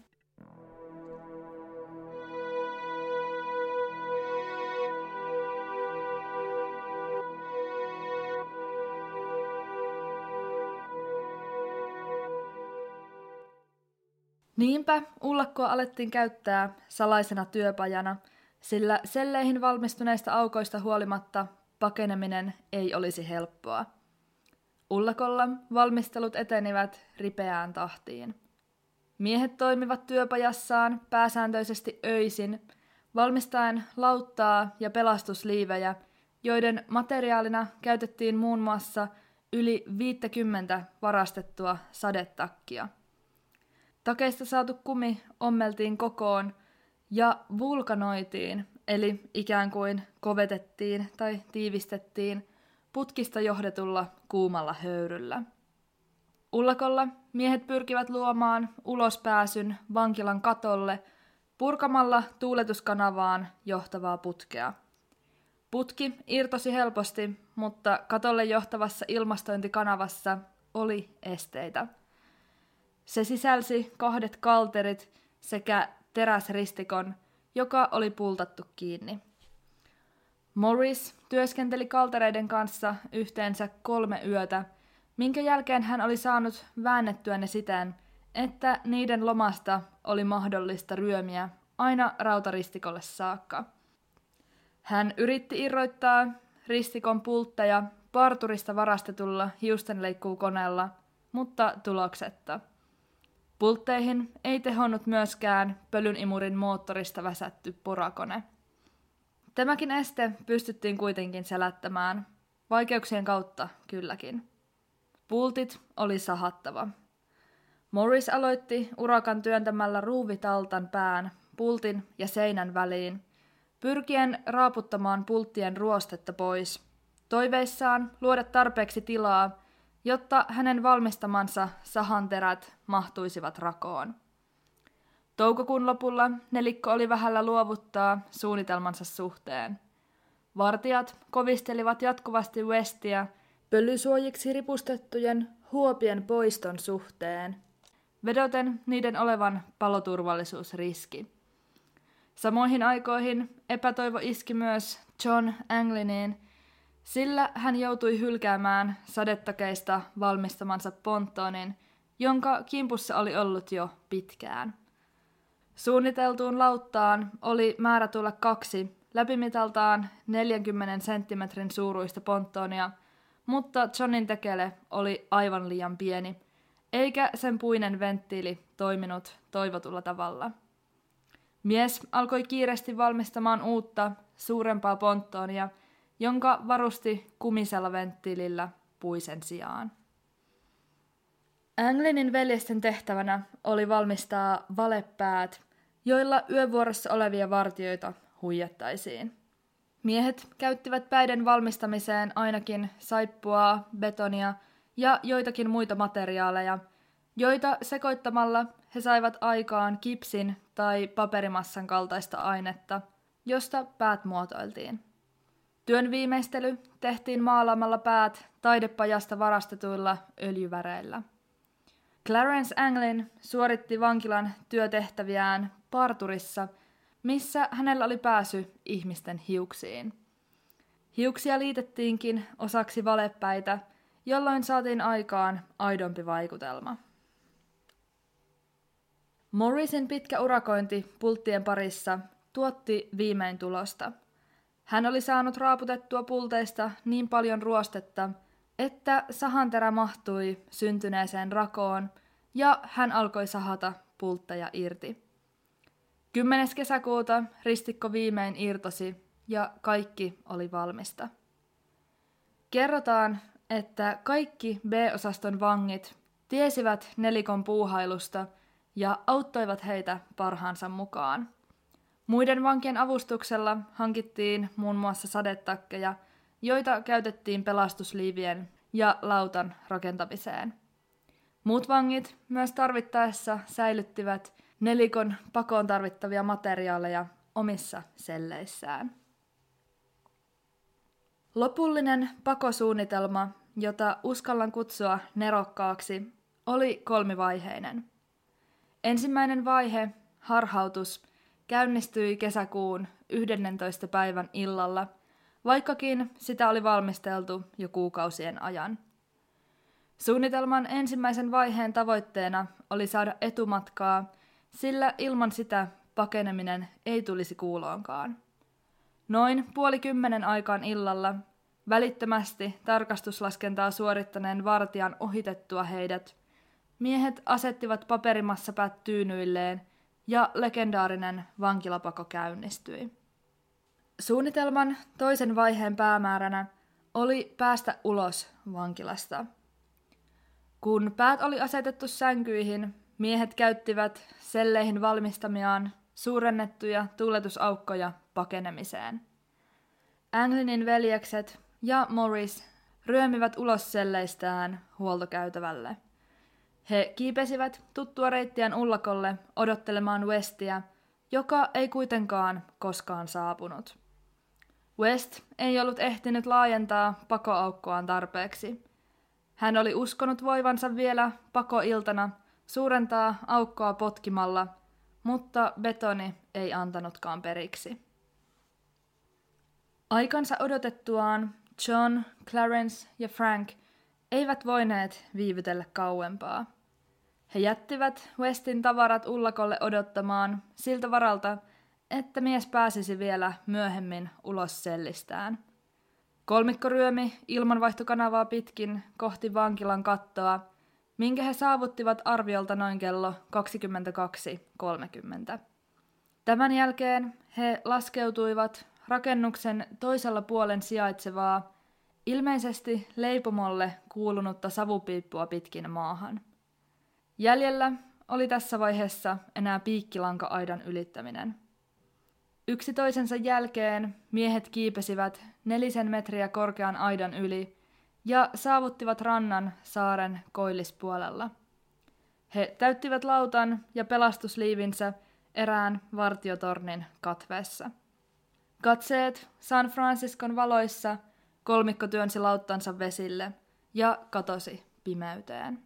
[SPEAKER 1] Niinpä ullakkoa alettiin käyttää salaisena työpajana, sillä selleihin valmistuneista aukoista huolimatta pakeneminen ei olisi helppoa. Ullakolla valmistelut etenivät ripeään tahtiin. Miehet toimivat työpajassaan pääsääntöisesti öisin, valmistaen lauttaa ja pelastusliivejä, joiden materiaalina käytettiin muun muassa yli 50 varastettua sadetakkia. Takeista saatu kumi ommeltiin kokoon ja vulkanoitiin, eli ikään kuin kovetettiin tai tiivistettiin putkista johdetulla kuumalla höyryllä. Ullakolla miehet pyrkivät luomaan ulospääsyn vankilan katolle purkamalla tuuletuskanavaan johtavaa putkea. Putki irtosi helposti, mutta katolle johtavassa ilmastointikanavassa oli esteitä. Se sisälsi 2 kalterit sekä teräsristikon, joka oli pultattu kiinni. Morris työskenteli kaltereiden kanssa yhteensä 3 yötä, minkä jälkeen hän oli saanut väännettyä ne siten, että niiden lomasta oli mahdollista ryömiä aina rautaristikolle saakka. Hän yritti irrottaa ristikon pultteja parturista varastetulla hiustenleikkuukoneella, mutta tuloksetta. Pultteihin ei tehonnut myöskään pölynimurin moottorista väsätty porakone. Tämäkin este pystyttiin kuitenkin selättämään, vaikeuksien kautta kylläkin. Pultit oli sahattava. Morris aloitti urakan työntämällä ruuvitaltan pään, pultin ja seinän väliin, pyrkien raaputtamaan pulttien ruostetta pois, toiveissaan luoda tarpeeksi tilaa, jotta hänen valmistamansa sahanterät mahtuisivat rakoon. Toukokuun lopulla nelikko oli vähällä luovuttaa suunnitelmansa suhteen. Vartijat kovistelivat jatkuvasti Westia pölysuojiksi ripustettujen huopien poiston suhteen, vedoten niiden olevan paloturvallisuusriski. Samoihin aikoihin epätoivo iski myös John Angliniin, sillä hän joutui hylkäämään sadetakeista valmistamansa ponttoonin, jonka kimpussa oli ollut jo pitkään. Suunniteltuun lauttaan oli määrä tulla 2 läpimitaltaan 40 senttimetrin suuruista ponttoonia, mutta Johnin tekele oli aivan liian pieni, eikä sen puinen venttiili toiminut toivotulla tavalla. Mies alkoi kiireesti valmistamaan uutta, suurempaa ponttoonia, jonka varusti kumisella venttiilillä puisen sijaan. Anglinin veljesten tehtävänä oli valmistaa valepäät, joilla yövuorossa olevia vartijoita huijattaisiin. Miehet käyttivät päiden valmistamiseen ainakin saippua, betonia ja joitakin muita materiaaleja, joita sekoittamalla he saivat aikaan kipsin tai paperimassan kaltaista ainetta, josta päät muotoiltiin. Työn viimeistely tehtiin maalaamalla päät taidepajasta varastetuilla öljyväreillä. Clarence Anglin suoritti vankilan työtehtäviään parturissa, missä hänellä oli pääsy ihmisten hiuksiin. Hiuksia liitettiinkin osaksi valepäitä, jolloin saatiin aikaan aidompi vaikutelma. Morrisin pitkä urakointi pulttien parissa tuotti viimein tulosta. Hän oli saanut raaputettua pulteista niin paljon ruostetta, että sahanterä mahtui syntyneeseen rakoon ja hän alkoi sahata pultteja irti. 10. kesäkuuta ristikko viimein irtosi ja kaikki oli valmista. Kerrotaan, että kaikki B-osaston vangit tiesivät nelikon puuhailusta ja auttoivat heitä parhaansa mukaan. Muiden vankien avustuksella hankittiin muun muassa sadetakkeja, joita käytettiin pelastusliivien ja lautan rakentamiseen. Muut vangit myös tarvittaessa säilyttivät nelikon pakoon tarvittavia materiaaleja omissa selleissään. Lopullinen pakosuunnitelma, jota uskallan kutsua nerokkaaksi, oli 3-vaiheinen. Ensimmäinen vaihe, harhautus, käynnistyi kesäkuun 11. päivän illalla, vaikkakin sitä oli valmisteltu jo kuukausien ajan. Suunnitelman ensimmäisen vaiheen tavoitteena oli saada etumatkaa, sillä ilman sitä pakeneminen ei tulisi kuuloonkaan. Noin 9:30 aikaan illalla, välittömästi tarkastuslaskentaa suorittaneen vartijan ohitettua heidät, miehet asettivat paperimassapäät tyynyilleen ja legendaarinen vankilapako käynnistyi. Suunnitelman toisen vaiheen päämääränä oli päästä ulos vankilasta. Kun päät oli asetettu sänkyihin, miehet käyttivät selleihin valmistamiaan suurennettuja tuuletusaukkoja pakenemiseen. Anglinin veljekset ja Morris ryömivät ulos selleistään huoltokäytävälle. He kiipesivät tuttua reittien ullakolle odottelemaan Westia, joka ei kuitenkaan koskaan saapunut. West ei ollut ehtinyt laajentaa pakoaukkoaan tarpeeksi. Hän oli uskonut voivansa vielä pakoiltana suurentaa aukkoa potkimalla, mutta betoni ei antanutkaan periksi. Aikansa odotettuaan John, Clarence ja Frank eivät voineet viivytellä kauempaa. He jättivät Westin tavarat ullakolle odottamaan siltä varalta, että mies pääsisi vielä myöhemmin ulos sellistään. Kolmikko ryömi ilmanvaihtokanavaa pitkin kohti vankilan kattoa, minkä he saavuttivat arviolta noin kello 22.30. Tämän jälkeen he laskeutuivat rakennuksen toisella puolen sijaitsevaa, ilmeisesti leipomolle kuulunutta savupiippua pitkin maahan. Jäljellä oli tässä vaiheessa enää piikkilanka-aidan ylittäminen. Yksi toisensa jälkeen miehet kiipesivät 4 metriä korkean aidan yli ja saavuttivat rannan saaren koillispuolella. He täyttivät lautan ja pelastusliivinsä erään vartiotornin katveessa. Katseet San Franciscon valoissa kolmikko työnsi lauttansa vesille ja katosi pimeyteen.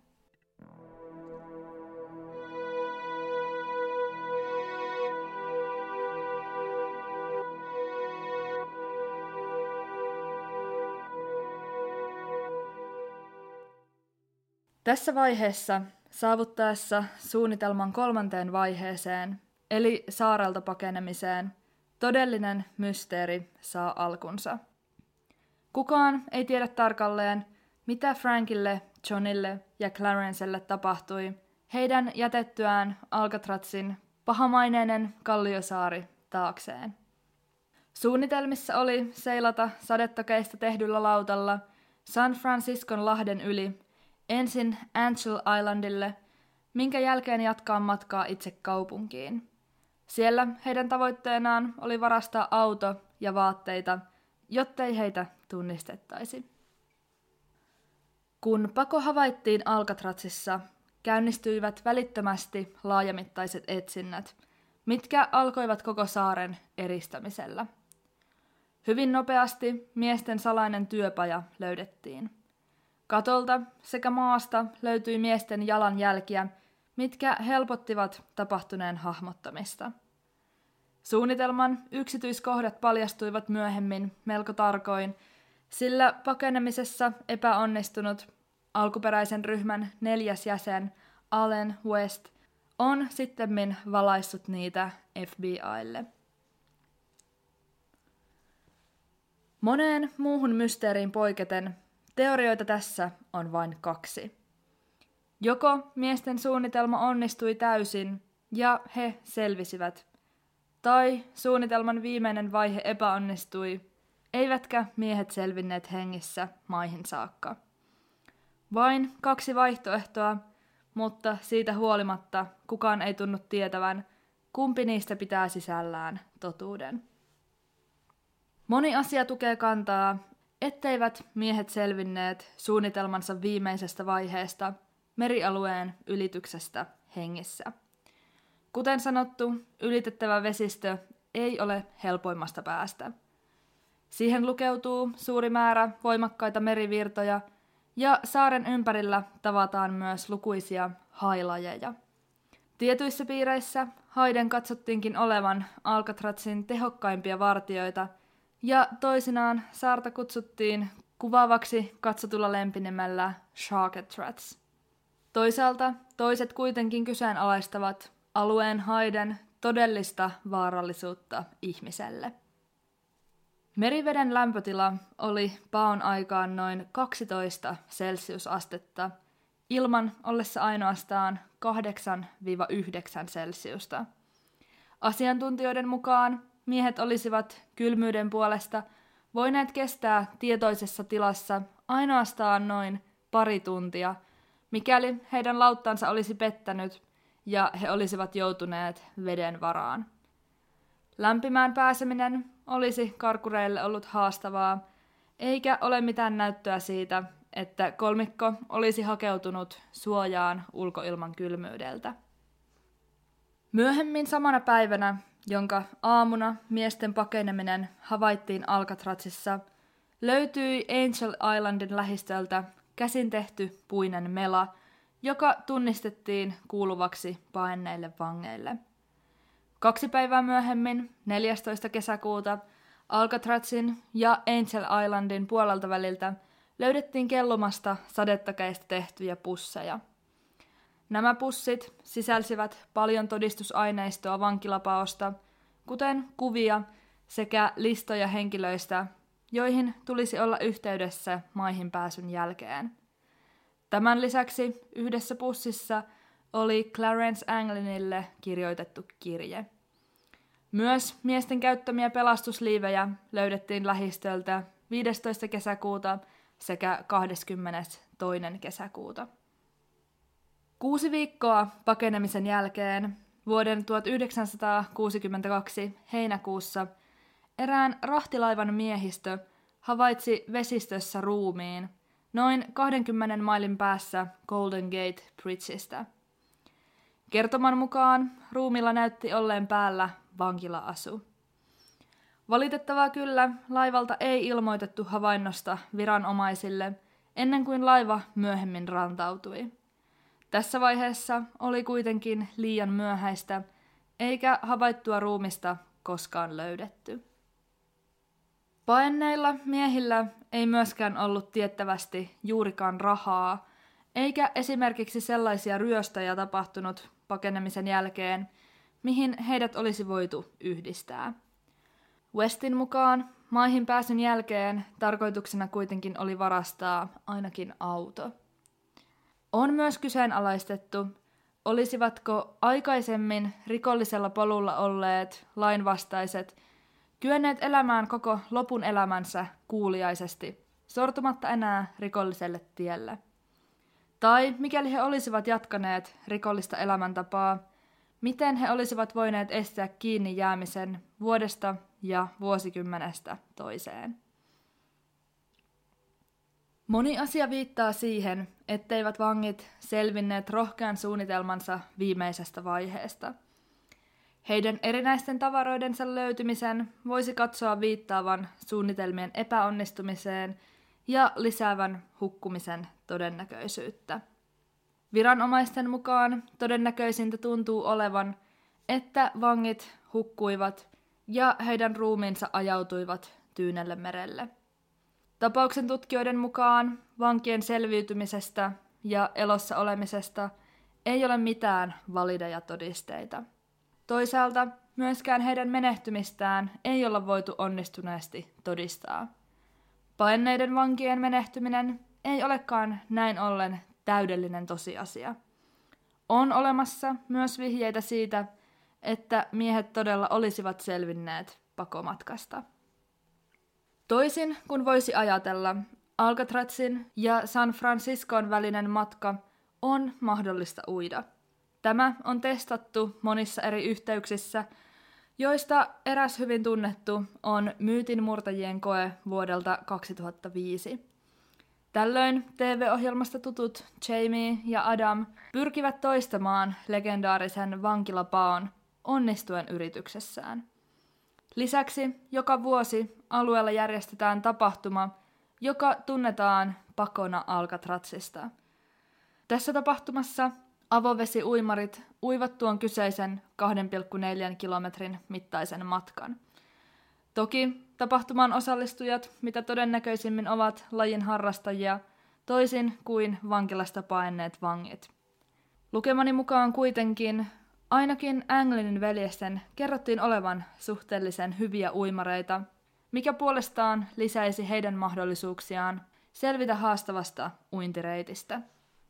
[SPEAKER 1] Tässä vaiheessa saavuttaessa suunnitelman 3. vaiheeseen, eli saarelta pakenemiseen, todellinen mysteeri saa alkunsa. Kukaan ei tiedä tarkalleen, mitä Frankille, Johnille ja Clarencelle tapahtui heidän jätettyään Alcatrazin pahamaineinen kalliosaari taakseen. Suunnitelmissa oli seilata sadetakeista tehdyllä lautalla San Franciscon lahden yli ensin Angel Islandille, minkä jälkeen jatkaa matkaa itse kaupunkiin. Siellä heidän tavoitteenaan oli varastaa auto ja vaatteita, jottei heitä tunnistettaisi. Kun pako havaittiin Alcatrazissa, käynnistyivät välittömästi laajamittaiset etsinnät, mitkä alkoivat koko saaren eristämisellä. Hyvin nopeasti miesten salainen työpaja löydettiin. Katolta sekä maasta löytyi miesten jalanjälkiä, mitkä helpottivat tapahtuneen hahmottamista. Suunnitelman yksityiskohdat paljastuivat myöhemmin melko tarkoin, sillä pakenemisessa epäonnistunut alkuperäisen ryhmän 4. jäsen Allen West on sittemmin valaissut niitä FBI:lle. Moneen muuhun mysteeriin poiketen teorioita tässä on vain 2. Joko miesten suunnitelma onnistui täysin ja he selvisivät, tai suunnitelman viimeinen vaihe epäonnistui, eivätkä miehet selvinneet hengissä maihin saakka. Vain 2 vaihtoehtoa, mutta siitä huolimatta kukaan ei tunnu tietävän, kumpi niistä pitää sisällään totuuden. Moni asia tukee kantaa, etteivät miehet selvinneet suunnitelmansa viimeisestä vaiheesta, merialueen ylityksestä hengissä. Kuten sanottu, ylitettävä vesistö ei ole helpoimmasta päästä. Siihen lukeutuu suuri määrä voimakkaita merivirtoja ja saaren ympärillä tavataan myös lukuisia hailajeja. Tietyissä piireissä haiden katsottiinkin olevan Alcatrazin tehokkaimpia vartijoita ja toisinaan saarta kutsuttiin kuvaavaksi katsotulla lempinimellä Sharkatrats. Toisaalta toiset kuitenkin kyseenalaistavat alueen haiden todellista vaarallisuutta ihmiselle. Meriveden lämpötila oli paon aikaan noin 12 celsiusastetta, ilman ollessa ainoastaan 8-9 celsiusta. Asiantuntijoiden mukaan miehet olisivat kylmyyden puolesta voineet kestää tietoisessa tilassa ainoastaan noin pari tuntia, mikäli heidän lauttansa olisi pettänyt ja he olisivat joutuneet veden varaan. Lämpimään pääseminen olisi karkureille ollut haastavaa, eikä ole mitään näyttöä siitä, että kolmikko olisi hakeutunut suojaan ulkoilman kylmyydeltä. Myöhemmin samana päivänä, jonka aamuna miesten pakeneminen havaittiin Alcatrazissa, löytyi Angel Islandin lähistöltä käsin tehty puinen mela, joka tunnistettiin kuuluvaksi paenneille vangeille. 2 päivää myöhemmin, 14. kesäkuuta, Alcatrazin ja Angel Islandin puolelta väliltä löydettiin kellumasta sadetakeista tehtyjä pusseja. Nämä pussit sisälsivät paljon todistusaineistoa vankilapaosta, kuten kuvia sekä listoja henkilöistä, joihin tulisi olla yhteydessä maihin pääsyn jälkeen. Tämän lisäksi yhdessä pussissa oli Clarence Anglinille kirjoitettu kirje. Myös miesten käyttämiä pelastusliivejä löydettiin lähistöltä 15. kesäkuuta sekä 22. kesäkuuta. 6 viikkoa pakenemisen jälkeen vuoden 1962 heinäkuussa erään rahtilaivan miehistö havaitsi vesistössä ruumiin noin 20 mailin päässä Golden Gate Bridgeistä. Kertoman mukaan ruumilla näytti olleen päällä vankila-asu. Valitettavaa kyllä, laivalta ei ilmoitettu havainnosta viranomaisille ennen kuin laiva myöhemmin rantautui. Tässä vaiheessa oli kuitenkin liian myöhäistä, eikä havaittua ruumista koskaan löydetty. Paenneilla miehillä ei myöskään ollut tiettävästi juurikaan rahaa, eikä esimerkiksi sellaisia ryöstöjä tapahtunut pakenemisen jälkeen, mihin heidät olisi voitu yhdistää. Westin mukaan maihin pääsyn jälkeen tarkoituksena kuitenkin oli varastaa ainakin auto. On myös kyseenalaistettu, olisivatko aikaisemmin rikollisella polulla olleet lainvastaiset kyenneet elämään koko lopun elämänsä kuuliaisesti, sortumatta enää rikolliselle tielle. Tai mikäli he olisivat jatkaneet rikollista elämäntapaa, miten he olisivat voineet estää kiinni jäämisen vuodesta ja vuosikymmenestä toiseen. Moni asia viittaa siihen, etteivät vangit selvinneet rohkean suunnitelmansa viimeisestä vaiheesta. Heidän erinäisten tavaroidensa löytymisen voisi katsoa viittaavan suunnitelmien epäonnistumiseen ja lisäävän hukkumisen todennäköisyyttä. Viranomaisten mukaan todennäköisintä tuntuu olevan, että vangit hukkuivat ja heidän ruumiinsa ajautuivat Tyynelle merelle. Tapauksen tutkijoiden mukaan vankien selviytymisestä ja elossa olemisesta ei ole mitään valideja todisteita. Toisaalta myöskään heidän menehtymistään ei olla voitu onnistuneesti todistaa. Paenneiden vankien menehtyminen ei olekaan näin ollen täydellinen tosiasia. On olemassa myös vihjeitä siitä, että miehet todella olisivat selvinneet pakomatkasta. Toisin kuin voisi ajatella, Alcatrazin ja San Franciscon välinen matka on mahdollista uida. Tämä on testattu monissa eri yhteyksissä, joista eräs hyvin tunnettu on Myytinmurtajien koe vuodelta 2005. Tällöin TV-ohjelmasta tutut Jamie ja Adam pyrkivät toistamaan legendaarisen vankilapaon onnistuen yrityksessään. Lisäksi joka vuosi alueella järjestetään tapahtuma, joka tunnetaan pakona Alcatrazista. Tässä tapahtumassa avovesiuimarit uivat tuon kyseisen 2,4 kilometrin mittaisen matkan. Toki tapahtumaan osallistujat mitä todennäköisimmin ovat lajin harrastajia, toisin kuin vankilasta paenneet vangit. Lukemani mukaan kuitenkin ainakin Anglinin veljesten kerrottiin olevan suhteellisen hyviä uimareita, mikä puolestaan lisäisi heidän mahdollisuuksiaan selvitä haastavasta uintireitistä.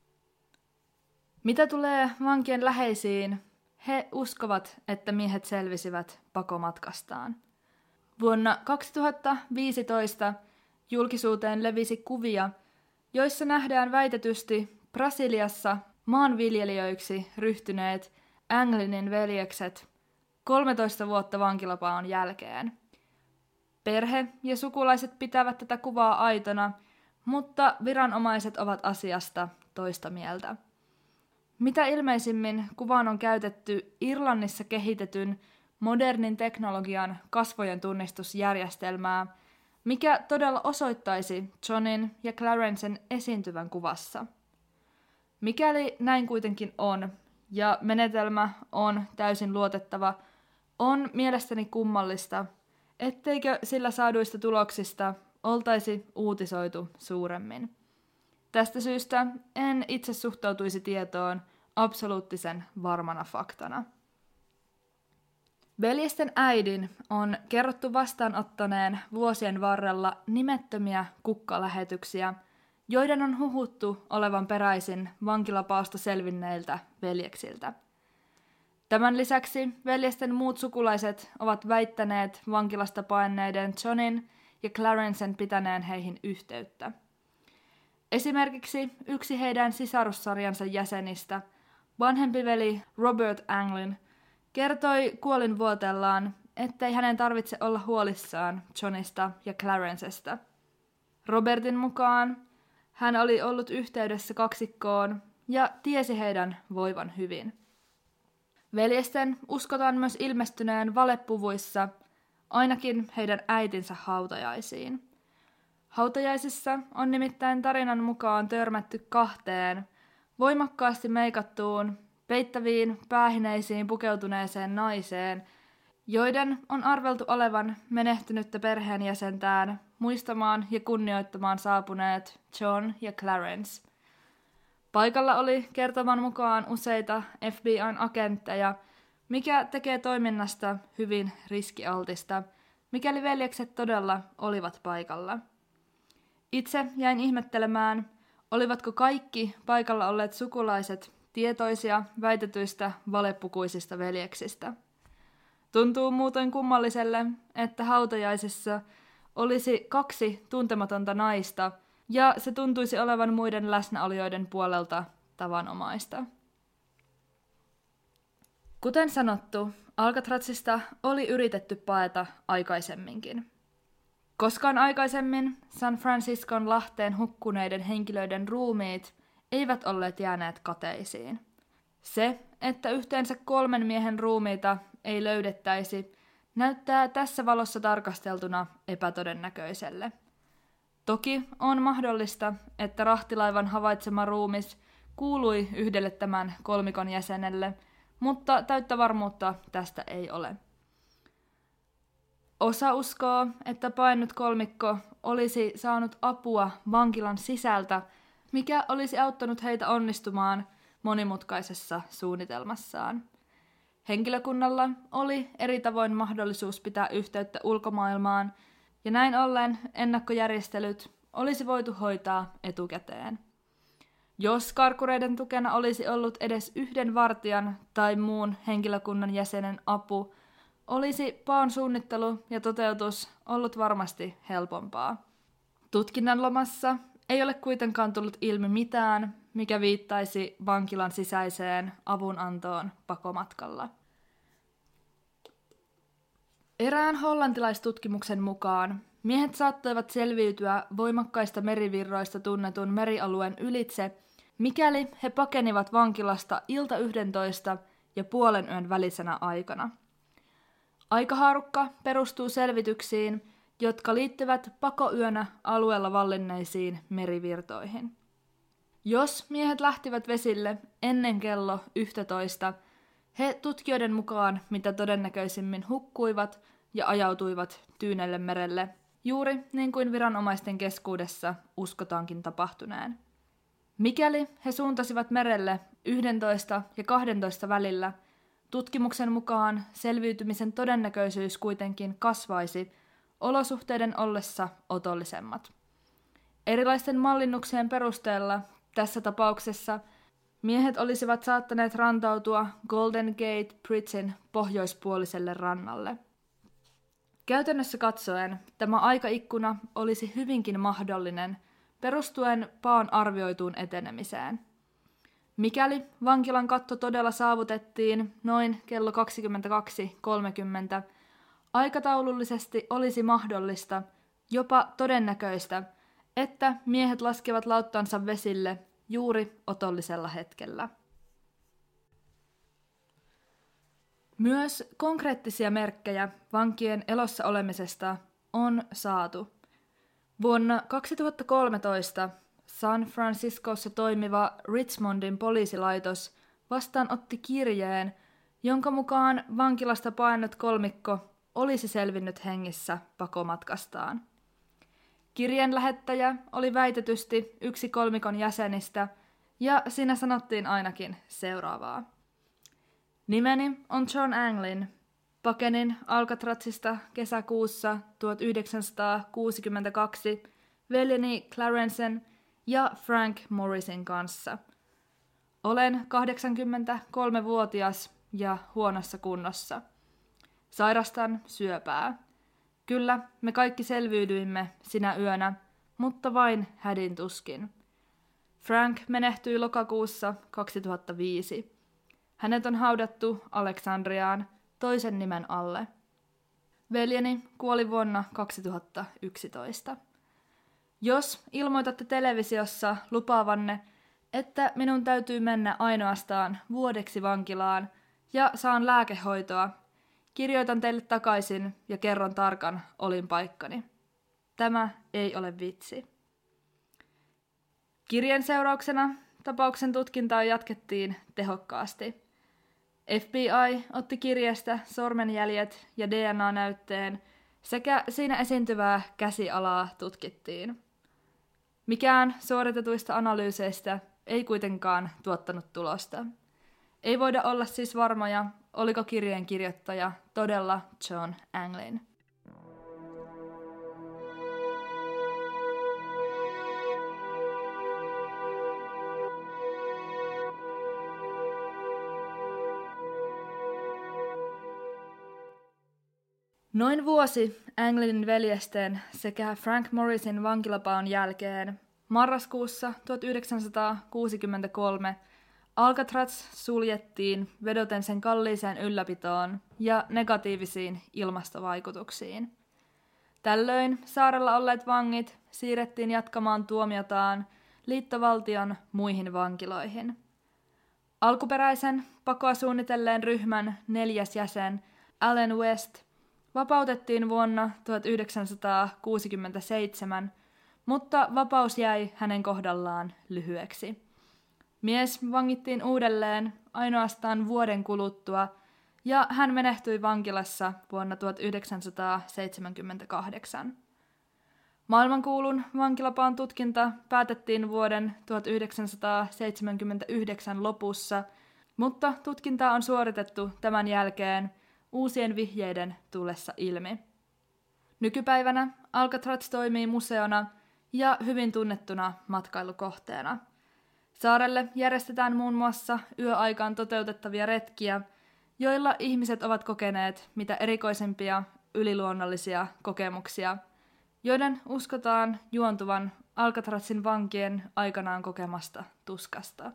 [SPEAKER 1] Mitä tulee vankien läheisiin, he uskovat, että miehet selvisivät pakomatkastaan. Vuonna 2015 julkisuuteen levisi kuvia, joissa nähdään väitetysti Brasiliassa maanviljelijöiksi ryhtyneet Anglinin veljekset 13 vuotta vankilapaon jälkeen. Perhe ja sukulaiset pitävät tätä kuvaa aitona, mutta viranomaiset ovat asiasta toista mieltä. Mitä ilmeisimmin kuvaan on käytetty Irlannissa kehitetyn modernin teknologian kasvojen tunnistusjärjestelmää, mikä todella osoittaisi Johnin ja Clarencen esiintyvän kuvassa. Mikäli näin kuitenkin on, ja menetelmä on täysin luotettava, on mielestäni kummallista, etteikö sillä saaduista tuloksista oltaisi uutisoitu suuremmin. Tästä syystä en itse suhtautuisi tietoon absoluuttisen varmana faktana. Veljesten äidin on kerrottu vastaanottaneen vuosien varrella nimettömiä kukkalähetyksiä, joiden on huhuttu olevan peräisin vankilapaosta selvinneiltä veljeksiltä. Tämän lisäksi veljesten muut sukulaiset ovat väittäneet vankilasta paenneiden Johnin ja Clarencen pitäneen heihin yhteyttä. Esimerkiksi yksi heidän sisarussarjansa jäsenistä vanhempi veli Robert Anglin kertoi kuolinvuoteellaan, ettei hänen tarvitse olla huolissaan Johnista ja Clarencesta. Robertin mukaan hän oli ollut yhteydessä kaksikkoon ja tiesi heidän voivan hyvin. Veljesten uskotaan myös ilmestyneen valepuvuissa, ainakin heidän äitinsä hautajaisiin. Hautajaisissa on nimittäin tarinan mukaan törmätty kahteen voimakkaasti meikattuun, peittäviin päähineisiin pukeutuneeseen naiseen, joiden on arveltu olevan menehtynyttä perheenjäsentään muistamaan ja kunnioittamaan saapuneet John ja Clarence. Paikalla oli kertoman mukaan useita FBI:n agentteja, mikä tekee toiminnasta hyvin riskialtista, mikäli veljekset todella olivat paikalla. Itse jäin ihmettelemään, olivatko kaikki paikalla olleet sukulaiset tietoisia väitetyistä valepukuisista veljeksistä. Tuntuu muuten kummalliselle, että hautajaisissa olisi 2 tuntematonta naista, ja se tuntuisi olevan muiden läsnäolijoiden puolelta tavanomaista. Kuten sanottu, Alcatrazista oli yritetty paeta aikaisemminkin. Koskaan aikaisemmin San Franciscon lahteen hukkuneiden henkilöiden ruumiit eivät olleet jääneet kateisiin. Se, että yhteensä 3 miehen ruumiita ei löydettäisi, näyttää tässä valossa tarkasteltuna epätodennäköiselle. Toki on mahdollista, että rahtilaivan havaitsema ruumis kuului yhdelle tämän kolmikon jäsenelle, mutta täyttä varmuutta tästä ei ole. Osa uskoo, että paennut kolmikko olisi saanut apua vankilan sisältä, mikä olisi auttanut heitä onnistumaan monimutkaisessa suunnitelmassaan. Henkilökunnalla oli eri tavoin mahdollisuus pitää yhteyttä ulkomaailmaan, ja näin ollen ennakkojärjestelyt olisi voitu hoitaa etukäteen. Jos karkureiden tukena olisi ollut edes yhden vartijan tai muun henkilökunnan jäsenen apu, olisi paon suunnittelu ja toteutus ollut varmasti helpompaa. Tutkinnan lomassa ei ole kuitenkaan tullut ilmi mitään, mikä viittaisi vankilan sisäiseen avunantoon pakomatkalla. Erään hollantilaistutkimuksen mukaan miehet saattoivat selviytyä voimakkaista merivirroista tunnetun merialueen ylitse, mikäli he pakenivat vankilasta ilta 11 ja puolen yön välisenä aikana. Aikahaarukka perustuu selvityksiin, jotka liittyvät pakoyönä alueella vallinneisiin merivirtoihin. Jos miehet lähtivät vesille ennen kello 11, he tutkijoiden mukaan mitä todennäköisimmin hukkuivat ja ajautuivat Tyynelle merelle, juuri niin kuin viranomaisten keskuudessa uskotaankin tapahtuneen. Mikäli he suuntasivat merelle 11 ja 12 välillä, tutkimuksen mukaan selviytymisen todennäköisyys kuitenkin kasvaisi olosuhteiden ollessa otollisemmat. Erilaisten mallinnuksien perusteella tässä tapauksessa miehet olisivat saattaneet rantautua Golden Gate Bridgen pohjoispuoliselle rannalle. Käytännössä katsoen tämä aikaikkuna olisi hyvinkin mahdollinen perustuen paon arvioituun etenemiseen. Mikäli vankilan katto todella saavutettiin noin kello 22.30, aikataulullisesti olisi mahdollista, jopa todennäköistä, että miehet laskevat lauttansa vesille juuri otollisella hetkellä. Myös konkreettisia merkkejä vankien elossa olemisesta on saatu. Vuonna 2013 San Franciscossa toimiva Richmondin poliisilaitos vastaanotti kirjeen, jonka mukaan vankilasta paennut kolmikko olisi selvinnyt hengissä pakomatkastaan. Kirjeen lähettäjä oli väitetysti yksi kolmikon jäsenistä, ja siinä sanottiin ainakin seuraavaa. Nimeni on John Anglin. Pakenin Alcatrazista kesäkuussa 1962 veljeni Clarencen ja Frank Morrisin kanssa. Olen 83-vuotias ja huonossa kunnossa. Sairastan syöpää. Kyllä, me kaikki selviydyimme sinä yönä, mutta vain hädin tuskin. Frank menehtyi lokakuussa 2005. Hänet on haudattu Aleksandriaan toisen nimen alle. Veljeni kuoli vuonna 2011. Jos ilmoitatte televisiossa lupaavanne, että minun täytyy mennä ainoastaan vuodeksi vankilaan ja saan lääkehoitoa, kirjoitan teille takaisin ja kerron tarkan olinpaikkani. Tämä ei ole vitsi. Kirjeen seurauksena tapauksen tutkintaa jatkettiin tehokkaasti. FBI otti kirjeestä sormenjäljet ja DNA-näytteen sekä siinä esiintyvää käsialaa tutkittiin. Mikään suoritetuista analyyseistä ei kuitenkaan tuottanut tulosta. Ei voida olla siis varmoja, oliko kirjeen kirjoittaja todella John Anglin. Noin vuosi Anglinin veljesten sekä Frank Morrisin vankilapaon jälkeen, marraskuussa 1963, Alcatraz suljettiin vedoten sen kalliiseen ylläpitoon ja negatiivisiin ilmastovaikutuksiin. Tällöin saarella olleet vangit siirrettiin jatkamaan tuomiotaan liittovaltion muihin vankiloihin. Alkuperäisen pakoa suunnitelleen ryhmän 4. jäsen Allen West vapautettiin vuonna 1967, mutta vapaus jäi hänen kohdallaan lyhyeksi. Mies vangittiin uudelleen ainoastaan vuoden kuluttua ja hän menehtyi vankilassa vuonna 1978. Maailmankuulun vankilapaon tutkinta päätettiin vuoden 1979 lopussa, mutta tutkintaa on suoritettu tämän jälkeen uusien vihjeiden tullessa ilmi. Nykypäivänä Alcatraz toimii museona ja hyvin tunnettuna matkailukohteena. Saarelle järjestetään muun muassa yöaikaan toteutettavia retkiä, joilla ihmiset ovat kokeneet mitä erikoisempia yliluonnollisia kokemuksia, joiden uskotaan juontuvan Alcatrazin vankien aikanaan kokemasta tuskasta.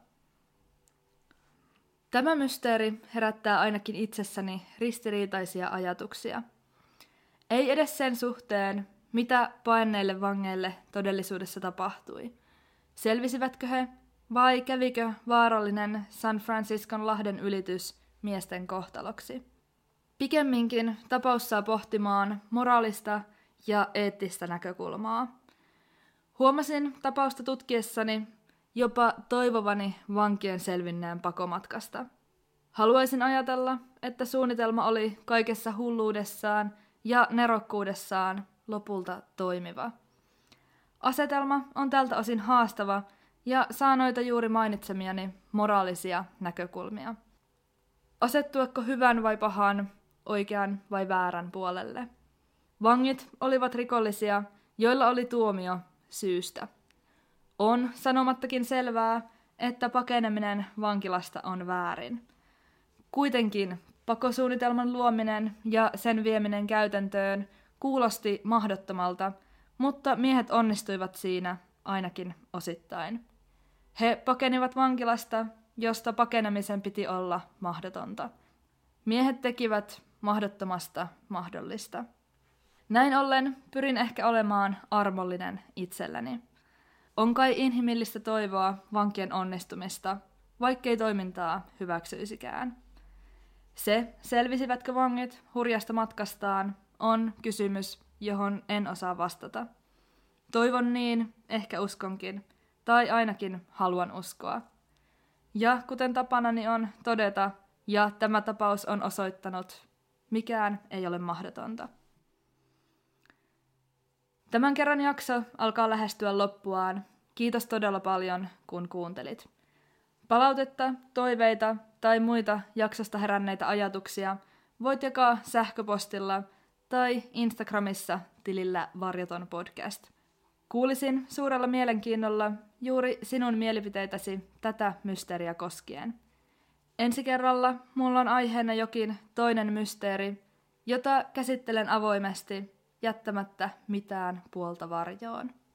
[SPEAKER 1] Tämä mysteeri herättää ainakin itsessäni ristiriitaisia ajatuksia. Ei edes sen suhteen, mitä paenneille vangeille todellisuudessa tapahtui. Selvisivätkö he vai kävikö vaarallinen San Franciscon lahden ylitys miesten kohtaloksi? Pikemminkin tapaus saa pohtimaan moraalista ja eettistä näkökulmaa. Huomasin tapausta tutkiessani jopa toivovani vankien selvinneen pakomatkasta. Haluaisin ajatella, että suunnitelma oli kaikessa hulluudessaan ja nerokkuudessaan lopulta toimiva. Asetelma on tältä osin haastava ja saa noita juuri mainitsemiani moraalisia näkökulmia. Asettuako hyvän vai pahan, oikean vai väärän puolelle? Vangit olivat rikollisia, joilla oli tuomio syystä. On sanomattakin selvää, että pakeneminen vankilasta on väärin. Kuitenkin pakosuunnitelman luominen ja sen vieminen käytäntöön kuulosti mahdottomalta, mutta miehet onnistuivat siinä ainakin osittain. He pakenivat vankilasta, josta pakenemisen piti olla mahdotonta. Miehet tekivät mahdottomasta mahdollista. Näin ollen pyrin ehkä olemaan armollinen itselleni. On kai inhimillistä toivoa vankien onnistumista, vaikkei toimintaa hyväksyisikään. Se, selvisivätkö vangit hurjasta matkastaan, on kysymys, johon en osaa vastata. Toivon niin, ehkä uskonkin, tai ainakin haluan uskoa. Ja kuten tapanani on todeta, ja tämä tapaus on osoittanut, mikään ei ole mahdotonta. Tämän kerran jakso alkaa lähestyä loppuaan. Kiitos todella paljon, kun kuuntelit. Palautetta, toiveita tai muita jaksosta heränneitä ajatuksia voit jakaa sähköpostilla tai Instagramissa tilillä Varjoton podcast. Kuulisin suurella mielenkiinnolla juuri sinun mielipiteitäsi tätä mysteeriä koskien. Ensi kerralla mulla on aiheena jokin toinen mysteeri, jota käsittelen avoimesti jättämättä mitään puolta varjoon.